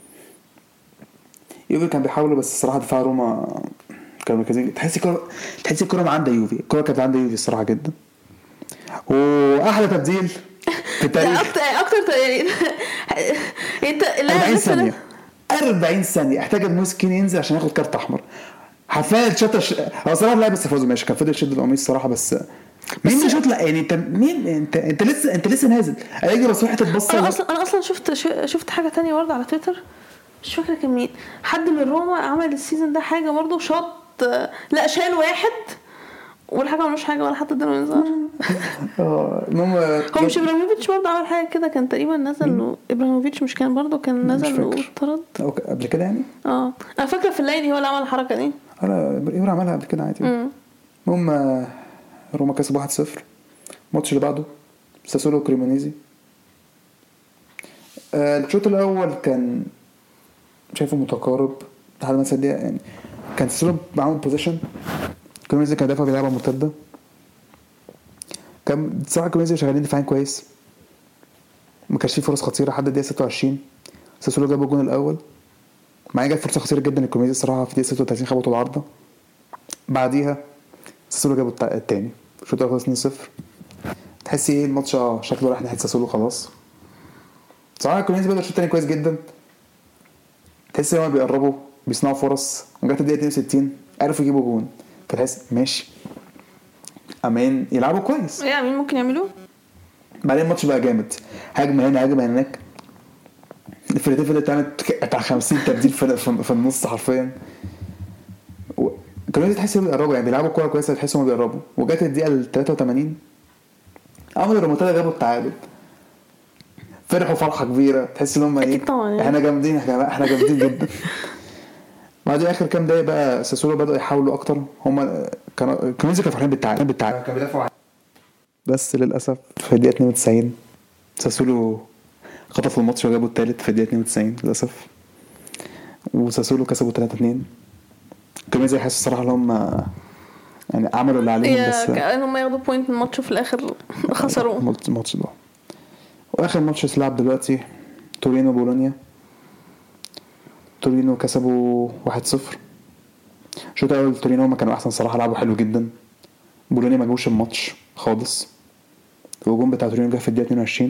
يوفي كان بيحاولوا بس الصراحه دفاع روما كانوا مركزين. تحس الكوره تحس الكوره ما عند يوفي، الكوره كانت عند يوفي الصراحه جدا. واحلى تبديل في التاريخ اكتر اكتر يعني انت أربعين ثانيه أربعين ثانيه احتاج موسكين ينزل عشان ياخد كارت احمر. حرفيا الشوط ش... هو صراحه لا بس فوزوا ماشي، كان فضل يشد القميص الصراحه. بس مين اللي شوط؟ لا يعني انت مين؟ انت انت لسه انت لسه نازل اجي بس واحد تبص. انا اصلا انا اصلا شفت شفت حاجه تانية برضه على تويتر، مش فاكره كان مين، حد من روما عمل السيزون ده حاجه برضه شاط، لا شال واحد والحاجه ملوش حاجه ولا حتى اداله انذار. اه المهم هو مش ابراهيموفيتش برضه عمل حاجه كده، كان تقريبا نزل ابراهيموفيتش مش كان برضه كان نزل واتطرد قبل كده يعني. اه انا فاكره في الليل هو اللي عمل الحركه دي. انا ابراهيم عملها قبل كده عادي. المهم روما كسب واحد صفر. الماتش اللي بعده ساسولو كريمونيزي. آه الشوط الاول كان شايفه متقارب لحد ما صدق يعني. كان ساسولو معاهم بوزيشن، كريمونيزي كان دافع بيلعبها مرتده. كان صراحه كريمونيزي شغالين دفاعيا كويس، ما كانش فيه فرص خطيره لحد الدقيقه ستة وعشرين. ساسولو جاب الجون الاول، معايا جت فرصه خطيره جدا للكريمونيزي الصراحه في الدقيقه ستة وتلاتين خبطوا العارضه. بعديها ساسولو جابوا الثاني. الشوط الاول اتنين صفر. تحسي ايه الماتش شكله راح ناحيه ساسولو خلاص. صراحه كريمونيزي بدأ الشوط الثاني كويس جدا، تحس ان هم بيقربوا بيصنعوا فرص. وجت الدقيقه اتنين وستين عرفوا يجيبوا جون، فتحس ماشي امان يلعبوا كويس يعني ممكن يعملوه. بعدين الماتش بقى جامد، هجمه هنا هجمه هناك. الفرقتين فضلت تعمل بتاع خمسين تبديل في, في النص حرفيا. كريمونيزي تحس انهم بيقربوا يعني بيلعبوا كوره كويسه، تحس انهم بيقربوا. وجت الدقيقه تلاتة وتمانين عملوا الريمونتادا جابوا التعادل، فرحوا فرحه كبيره. تحس ان هم ايه احنا جامدين احنا جامدين جدا. بعد اخر كام دقيقه بقى ساسولو بدأوا يحاولوا اكتر. هم كانوا كريمونيزي كانوا فرحين بالتعادل بالتعادل كانوا بيدافعوا، بس للاسف في الدقيقه اتنين وتسعين ساسولو خطفوا الماتش وجابوا الثالث في الدقيقه اتنين وتسعين للاسف. وساسولو كسبوا تلاتة اتنين. كريمونيزي حاسس الصراحه ان هم يعني عملوا اللي عليهم، بس كانهم ياخدوا بوينت من الماتش في الاخر خسروه الماتش ده. واخر ماتش اتلعب دلوقتي تورينو بولونيا. تورينو كسبوا واحد صفر. الشوط الاول تورينو ما كانوا احسن صراحه، لعبوا حلو جدا. بولونيا ما جوش الماتش خالص. الجون بتاع تورينو جه في الدقيقه اتنين وعشرين،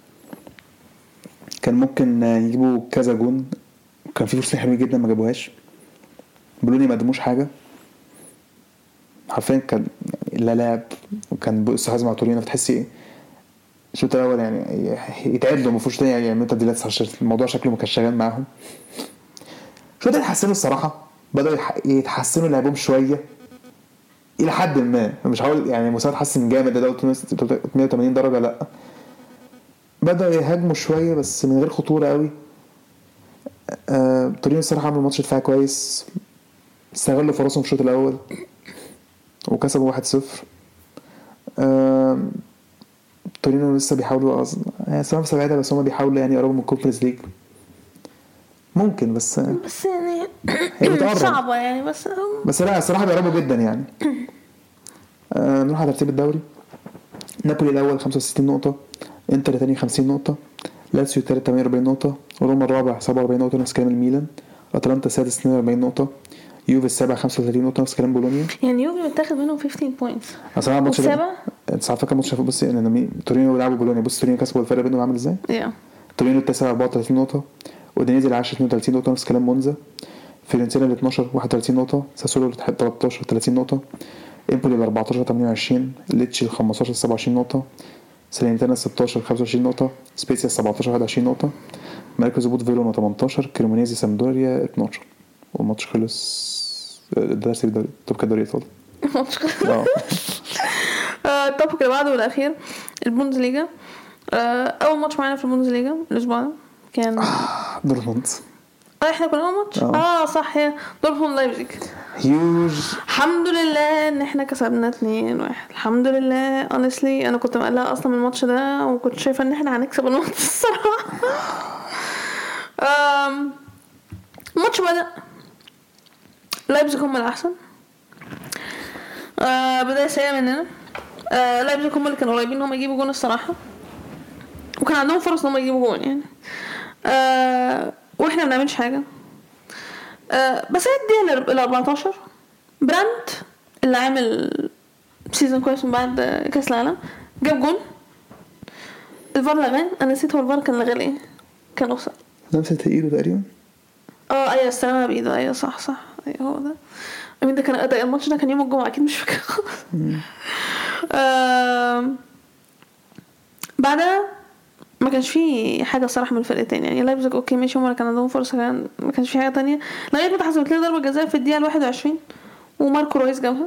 كان ممكن يجيبوا كذا جون، كان في فرصه حلوه جدا ما جابوهاش. بولونيا ما قدموش حاجه حرفيا، كان لا لعب وكان بيستحوذ مع تورينو. فتحسي ايه الشوط الاول يعني يتعادلوا المفروض تاني يعملوا تبديلات عشان الموضوع شكله ما كانش شغال معاهم. الشوط اللي حسنوا الصراحه بدأوا يتحسنوا لعبهم شويه الى حد ما، مش هقول يعني مساعد حسن جامد ده مية وتمانين درجه، لا بدأوا يهاجموا شويه بس من غير خطوره قوي. آه، تورينو الصراحه عملوا ماتش دفاعي كويس، استغلوا فرصهم في الشوط الاول وكسبوا واحد صفر. آه، تورينو لسه بيحاولوا اصلا يعني سواء في بعيده، بس هم بيحاولوا يعني يقربوا من الكونفرنس ليج ممكن، بس بس يعني هي صعبه يعني، بس بس لا الصراحه بيقربوا جدا يعني. آه، نروح على ترتيب الدوري. نابولي الاول خمسة وستين نقطه، انتر تاني خمسين نقطه، لاتسيو تالت ثمانية وأربعين نقطة، روما الرابع سبعة وأربعين نقطة نفس كلام الميلان، اتلانتا السادس اثنين وأربعين نقطة، يوفي السابع خمسة وثلاثين نقطة نفس كلام بولونيا. يعني يوفي متاخد منهم خمستاشر بوينتس اصلا الماتش السابع. انت عارف كام ماتش بص ان انا تورينو بيلعبوا بولونيا، بص تورينو كسبوا الفرق بينهم عامل ازاي. yeah. تورينو التاسع أربعة وثلاثين نقطة، ودينيزي العاشر اثنين وثلاثين نقطة نفس كلام مونزا، فيورنتينا ال اتناشر واحد وثلاثين نقطة، ساسولو تلتاشر ثلاثين نقطة، امبولي ال أربعتاشر ثمانية وعشرين، ليتشي ال خمستاشر سبعة وعشرين نقطة، سالينتانا ستاشر خمسة وعشرين نقطة، سبيسيا سبعتاشر واحد وعشرين نقطة، مركز هبوط فيرونا تمنتاشر، كريمونيزي سامدوريا اتناشر. والماتش خلص الدرس الدوري طب كدوري ايطالي. اه التوبيك اللي بعده والاخير البوندسليجا. اول ماتش معانا في البوندسليجا الاسبوع ده كان دورتموند. اه احنا كنا اول ماتش اه صح يا دورتموند لايبزيج. هيوج. الحمد لله ان احنا كسبنا اتنين واحد الحمد لله. honestly انا كنت مقلقه اصلا من الماتش ده وكنت شايفه ان احنا هنكسب الماتش الصراحه. امم الماتش بدأ لايبزيج هم الاحسن. آه بدايه سيئه مننا. آه لايبزيج هم اللي كانوا قريبين ان هم يجيبوا جون الصراحه وكان عندهم فرص ان هم يجيبوا جون يعني. آه واحنا ما بنعملش حاجه. آه بس هي الدقيقه ال أربعتاشر براند اللي عامل سيزون كويس من بعد كاس العالم جاب جون. الفار لغاه. انا نسيت هو الفار كان لغاه ايه. كان اوفسايد لمسه ايده تقريبا. اه ايوه استلمها بايده. ايوه صح صح ايوه هو ده. امين ده كان ده الماتش ده كان يوم الجمعه اكيد مش فاكر خالص. آه بعدها ما كانش في حاجه صراحه من الفرقتين يعني. لايبزيج اوكي ماشي هم كان عندهم فرصه كان ما كانش في حاجه تانية لغايه ما اتحسبت لنا ضربه جزاء في الدقيقه واحد وعشرين وماركو رويس جابها.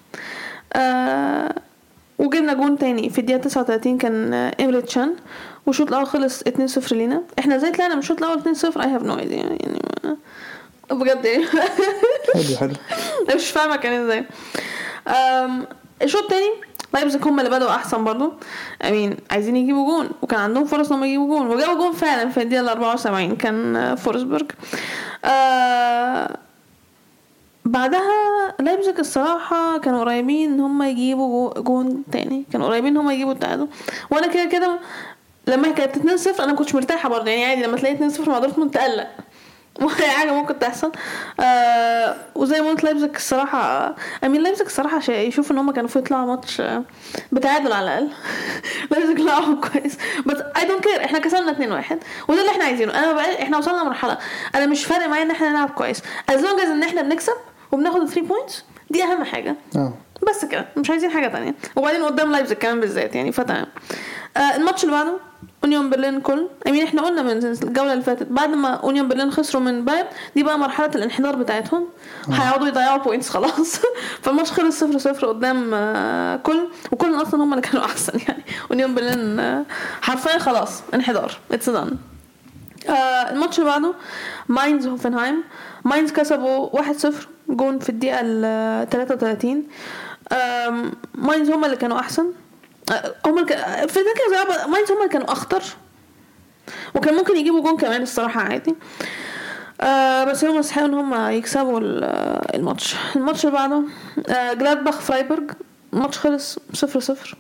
آه وجبنا جون تاني في الدقيقه تسعة وثلاثين كان إيمري تشان والشوط الاول خلص اتنين صفر لينا. احنا ازاي طلعنا من الشوط الاول اتنين صفر؟ اي هاف نو ايديا يعني بجد يعني. حلو حلو مش فاهمه كان ازاي. امم الشوط الثاني لايبزيج هم اللي بدأوا احسن برضو. امين عايزين يجيبوا جون وكان عندهم فرص انهم يجيبوا جون وجابوا جون فعلا في الدقيقه أربعة وسبعين كان فورسبرج. آه بعدها لايبزيج الصراحه كانوا قريبين ان هم يجيبوا جون تاني. كانوا قريبين ان هم يجيبوا التعادل وانا كده كده لما كانت اتنين صفر انا ما كنتش مرتاحه برضو يعني. عادي لما تلاقي اتنين صفر مع دورتموند تقلق حاجه ممكن تحصل. آه وزي ما قلت لايبزيج الصراحه امين لايبزيج الصراحه يشوف ان هم كانوا في يطلعوا ماتش بتعادل على الاقل. لايبزيج لعبوا كويس بس اي دونت كير. احنا كسبنا اتنين واحد وده اللي احنا عايزينه. انا بقى احنا وصلنا لمرحله انا مش فارق معايا ان احنا نلعب كويس as long as ان احنا بنكسب وبناخد ثلاثة بوينتس دي اهم حاجه. اه بس كده مش عايزين حاجه تانية. وبعدين قدام لايبزيج كمان بالذات يعني فتمام. آه الماتش اللي بعده اونيون برلين كل امين احنا قلنا من الجوله اللي فاتت بعد ما اونيون برلين خسروا من بايرن دي بقى مرحله الانحدار بتاعتهم هيقعدوا يضيعوا بوينتس خلاص. فالماتش خلص صفر صفر قدام كل وكل اصلا هم اللي كانوا احسن يعني. اونيون برلين حرفيا خلاص انحدار اتس دان. آه الماتش اللي بعده ماينز هوفنهايم. ماينز كسبوا واحد صفر جون في الدقيقه ثلاثة وثلاثين. آه ماينز هم اللي كانوا احسن. هم ك... في ذاك الوقت ماينز هم اللي كانوا اخطر وكان ممكن يجيبوا جون كمان الصراحه عادي. آه بس هم استحقوا ان هم يكسبوا الماتش. الماتش اللي بعده آه جلادباخ فرايبورغ. الماتش خلص صفر صفر.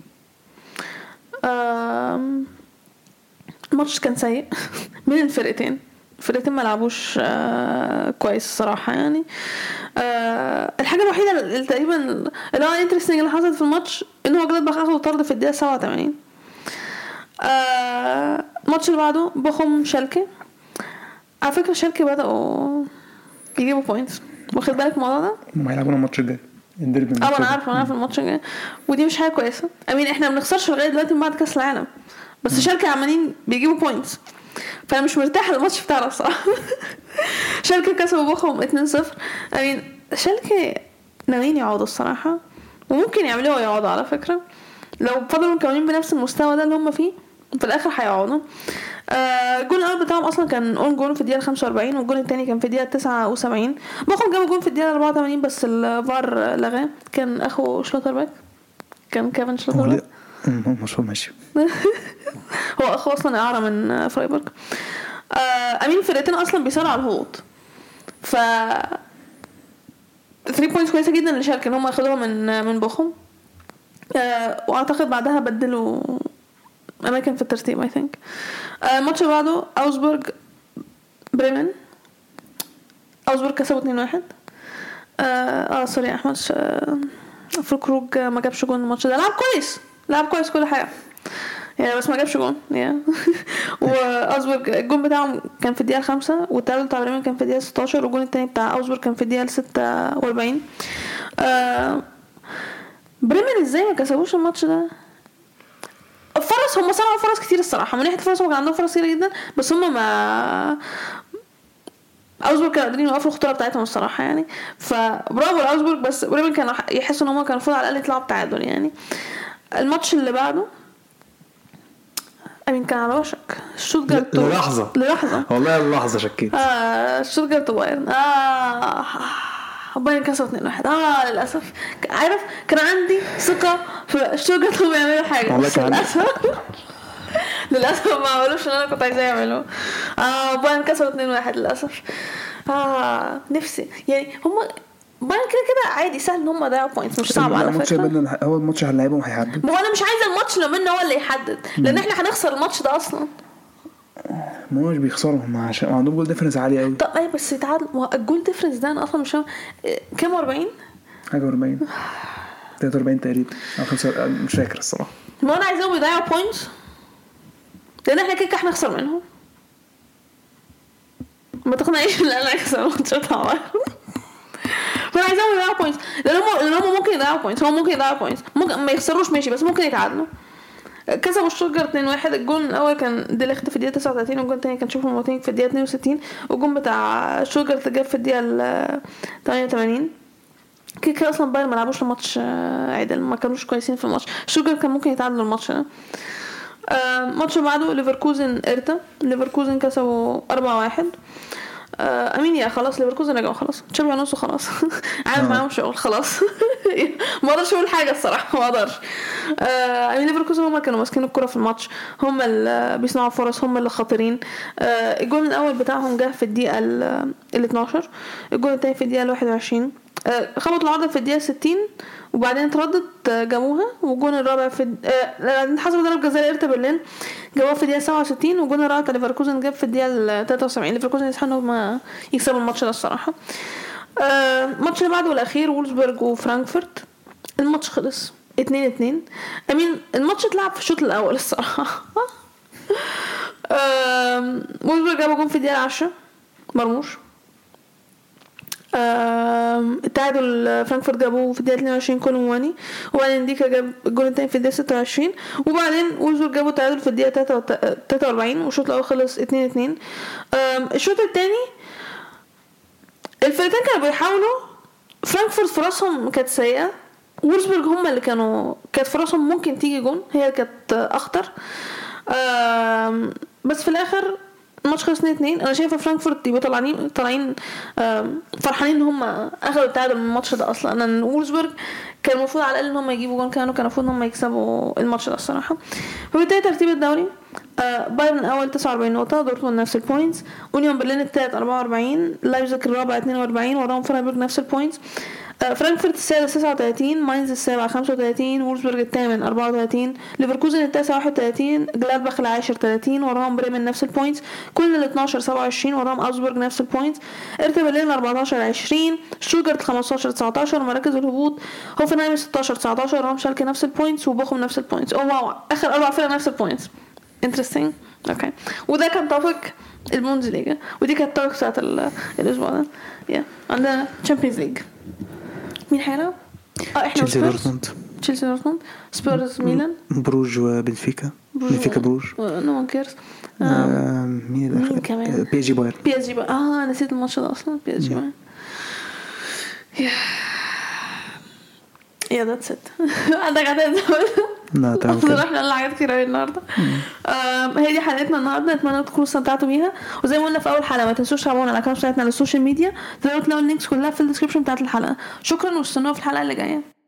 آه الماتش كان سيء من الفرقتين. الفرقتين ما لعبوش آه كويس الصراحه يعني. آه الحاجه الوحيده اللي تقريبا اللي هو انترستنج اللي حصلت في الماتش ان هو جلادباخ اخذوا طرد في الدقيقه سبعة وثمانين. آه الماتش اللي بعده بوخم شالكه. على فكره شالكه بداوا يجيبوا بوينتس. واخد بالك الموضوع ده؟ هم هيلعبوا الماتش الجاي الديربي. اه انا عارفه انا عارفه الماتش الجاي ودي مش حاجه كويسه. امين احنا ما بنخسرش لغايه دلوقتي من بعد كاس العالم بس شالكه عمالين بيجيبوا بوينتس فانا مش مرتاحه الماتش بتاعنا الصراحه. شالكه كسبوا بوخم اتنين صفر. امين شالكه ناويين يقعدوا الصراحه وممكن يعملوا يقعدوا على فكره لو فضلوا مكملين بنفس المستوى ده اللي هم فيه في الاخر هيقعدوا. آه الجول الاول بتاعهم اصلا كان اون جول في الدقيقه خمسة وأربعين والجول الثاني كان في الدقيقه تسعة وسبعين. بوخم جابوا جول في الدقيقه أربعة وثمانين بس الفار لغاه. كان اخو شلوترباك كان كيفن شلوترباك مش ماشي. هو اخو اصلا اعاره من فرايبورغ. آه امين فرقتين اصلا بيصارعوا على الهبوط ف ثلاثة بوينتس كويسه جدا اللي شارك ان هم ياخدوها من من بوخم. آه واعتقد بعدها بدلوا اماكن في الترتيب اي ثينك. الماتش اللي بعده اوزبورغ بريمن. اوزبورغ كسبوا اتنين واحد. اه, آه سوري احمد آه فكروج ما جابش جون الماتش ده. لعب كويس لعب كويس كل حاجه يعني بس ما جابش جون يعني. واوزبورغ الجون بتاعهم كان في الدقيقه خمسة والتعادل بتاع بريمن كان في الدقيقه ستاشر والجون الثاني بتاع اوزبورغ كان في الدقيقه ستة واربعين. آه بريمن ازاي ما كسبوش الماتش ده؟ فرص هم صنعوا فرص كتير الصراحه من ناحيه فرص هم كان عندهم فرص كتير جدا بس هم ما اوزبورغ كانوا قادرين يوقفوا الخطوره بتاعتهم الصراحه يعني. فبرافو لاوزبورغ بس بريمن كانوا يحسوا ان هم كانوا المفروض على الاقل يطلعوا بتعادل يعني. الماتش اللي بعده امين كان على وشك شوتجارت للحظه للحظه والله اللحظه شكيت. اه شوتجارت بايرن اه بايرن كسبوا اتنين واحد. اه للاسف عارف كان عندي ثقه في شوتجارت هم يعملوا حاجه والله كان للاسف للاسف ما عملوش اللي انا كنت عايزاه يعملوا. اه بايرن كسبوا اتنين واحد للاسف. اه نفسي يعني هم باين كده كده عادي سهل ان هم يضيعوا بوينتس مش صعب على فكره. هو الماتش هنلعبه هيحدد. ما هو انا مش عايزه الماتش لما هو اللي يحدد لان احنا هنخسر الماتش ده اصلا. ما هوش بيخسروا هم عشان عندهم جول ديفرنس عالي قوي. طب اي بس يتعادل الجول ديفرنس ده انا اصلا مش كام أربعين حاجه أربعين تلاتة وأربعين تقريبا او خمسة مش فاكر الصراحه. ما انا عايزاهم يضيعوا بوينتس لان احنا كده هنخسر منهم. ما تقنعيش ان انا هخسر الماتش ده. فانا عايزاهم يضيعوا بوينتس لان هم لان هم ممكن يضيعوا بوينتس هم ممكن يضيعوا بوينتس ممكن ما يخسروش ماشي بس ممكن يتعادلوا. كسبوا شوتجارت اتنين واحد. الجون الاول كان ديليخت في الدقيقه تسعة وتلاتين والجون الثاني كان شوفوا موتينج في الدقيقه اتنين وستين والجون بتاع شوتجارت جاب في الدقيقه تمانية وتمانين. كده كده اصلا بايرن ما لعبوش الماتش عدل ما كانوش كويسين في الماتش. شوتجارت كان ممكن يتعادلوا الماتش ده. ماتش بعده ليفركوزن ارتا. ليفركوزن كسبوا أربعة واحد. امين يا خلاص ليفركوزن رجعوا خلاص تشابي الونسو خلاص عامل معاهم شغل خلاص. ما اقدرش اقول حاجه الصراحه ما اقدرش. امين ليفركوزن هم كانوا ماسكين الكره في الماتش هم اللي بيصنعوا فرص هم اللي خطرين. الجول الاول بتاعهم جه في الدقيقه ال اتناشر الجول الثاني في الدقيقه واحد وعشرين. خبطوا العرضه في الدقيقه ستين وبعدين اتردت جابوها والجون الرابع في آه حسب ضرب جزاء ارتا برلين جابوها في الدقيقه سبعة وستين والجون الرابع ليفركوزن جاب في الدقيقه تلاتة وسبعين. ليفركوزن يستحقوا ما يكسبوا الماتش ده الصراحه. آه الماتش اللي بعده الاخير وولفسبورغ وفرانكفورت. الماتش خلص اتنين اتنين. امين الماتش اتلعب في الشوط الاول الصراحه. آه وولفسبورغ جابوا جون في الدقيقه عشرة مرموش. التعادل فرانكفورت جابوه في الدقيقه اتنين وعشرين كولومواني وبعدين ديكا جاب الجول الثاني في الدقيقه ستة وعشرين وبعدين وولفسبورغ جابوا التعادل في الدقيقه تلاتة واربعين والشوط الاول خلص اتنين اتنين. الشوط الثاني الفريقين كانوا بيحاولوا. فرانكفورت فرصهم كانت سيئه وولفسبورغ هم اللي كانوا كانت فرصهم ممكن تيجي جون هي كانت اخطر. بس في الاخر الماتش خلص اتنين اتنين. انا شايفه فرانكفورت يبقوا طالعين طالعين فرحانين ان هم اخذوا التعادل من الماتش ده اصلا. انا وولفسبورغ كان المفروض على الاقل ان هم يجيبوا جون كانوا كان المفروض ان هم يكسبوا الماتش ده الصراحه. فبالتالي ترتيب الدوري بايرن الاول تسعة واربعين نقطه دورتموند نفس البوينتس اونيون برلين الثالث أربعة واربعين لايبزيج الرابع اتنين واربعين وراهم فرايبورغ نفس البوينتس. فرانكفورت السادس تسعة وتلاتين ماينز السابع خمسة وتلاتين وولفسبورغ الثامن أربعة وتلاتين ليفركوزن التاسع واحد وتلاتين جلادباخ العاشر تلاتين وراهم بريمن نفس البوينتس كل ال اتناشر سبعة وعشرين وراهم اوزبورغ نفس البوينتس ارتا برلين أربعتاشر عشرين شتوتجارت خمستاشر تسعتاشر مراكز الهبوط هوفنهايم ستاشر تسعتاشر وراهم شالكه نفس البوينتس وبوخم نفس البوينتس. او واو اخر اربع فرق نفس البوينتس. انترستينج اوكي. وده كان توبيك البوندسليغا ودي كانت التوبيك بتاعت الاسبوع ده. يا عندنا تشامبيونز ليج مين هيلعب؟ اه احنا تشيلسي دورتموند تشيلسي دورتموند سبيرز ميلان بروج وبنفيكا بنفيكا بروج نو ون كيرز. مين مين كمان؟ بي اس جي بايرن. بي اس جي بايرن اه نسيت الماتش ده اصلا. بي اس جي بايرن يا يا ذاتس ات. عندك عدد لا تمام كده رحنا لحاجات كتير قوي النهارده. هي دي حلقتنا النهارده اتمنى تكونوا استمتعتوا بيها وزي ما قلنا في اول حلقه ما تنسوش تتابعونا على الاكونت بتاعتنا على السوشيال ميديا تقدروا تلاقوا اللينكس كلها في الديسكربشن بتاعت الحلقه. شكرا واستنونا في الحلقه اللي جايه.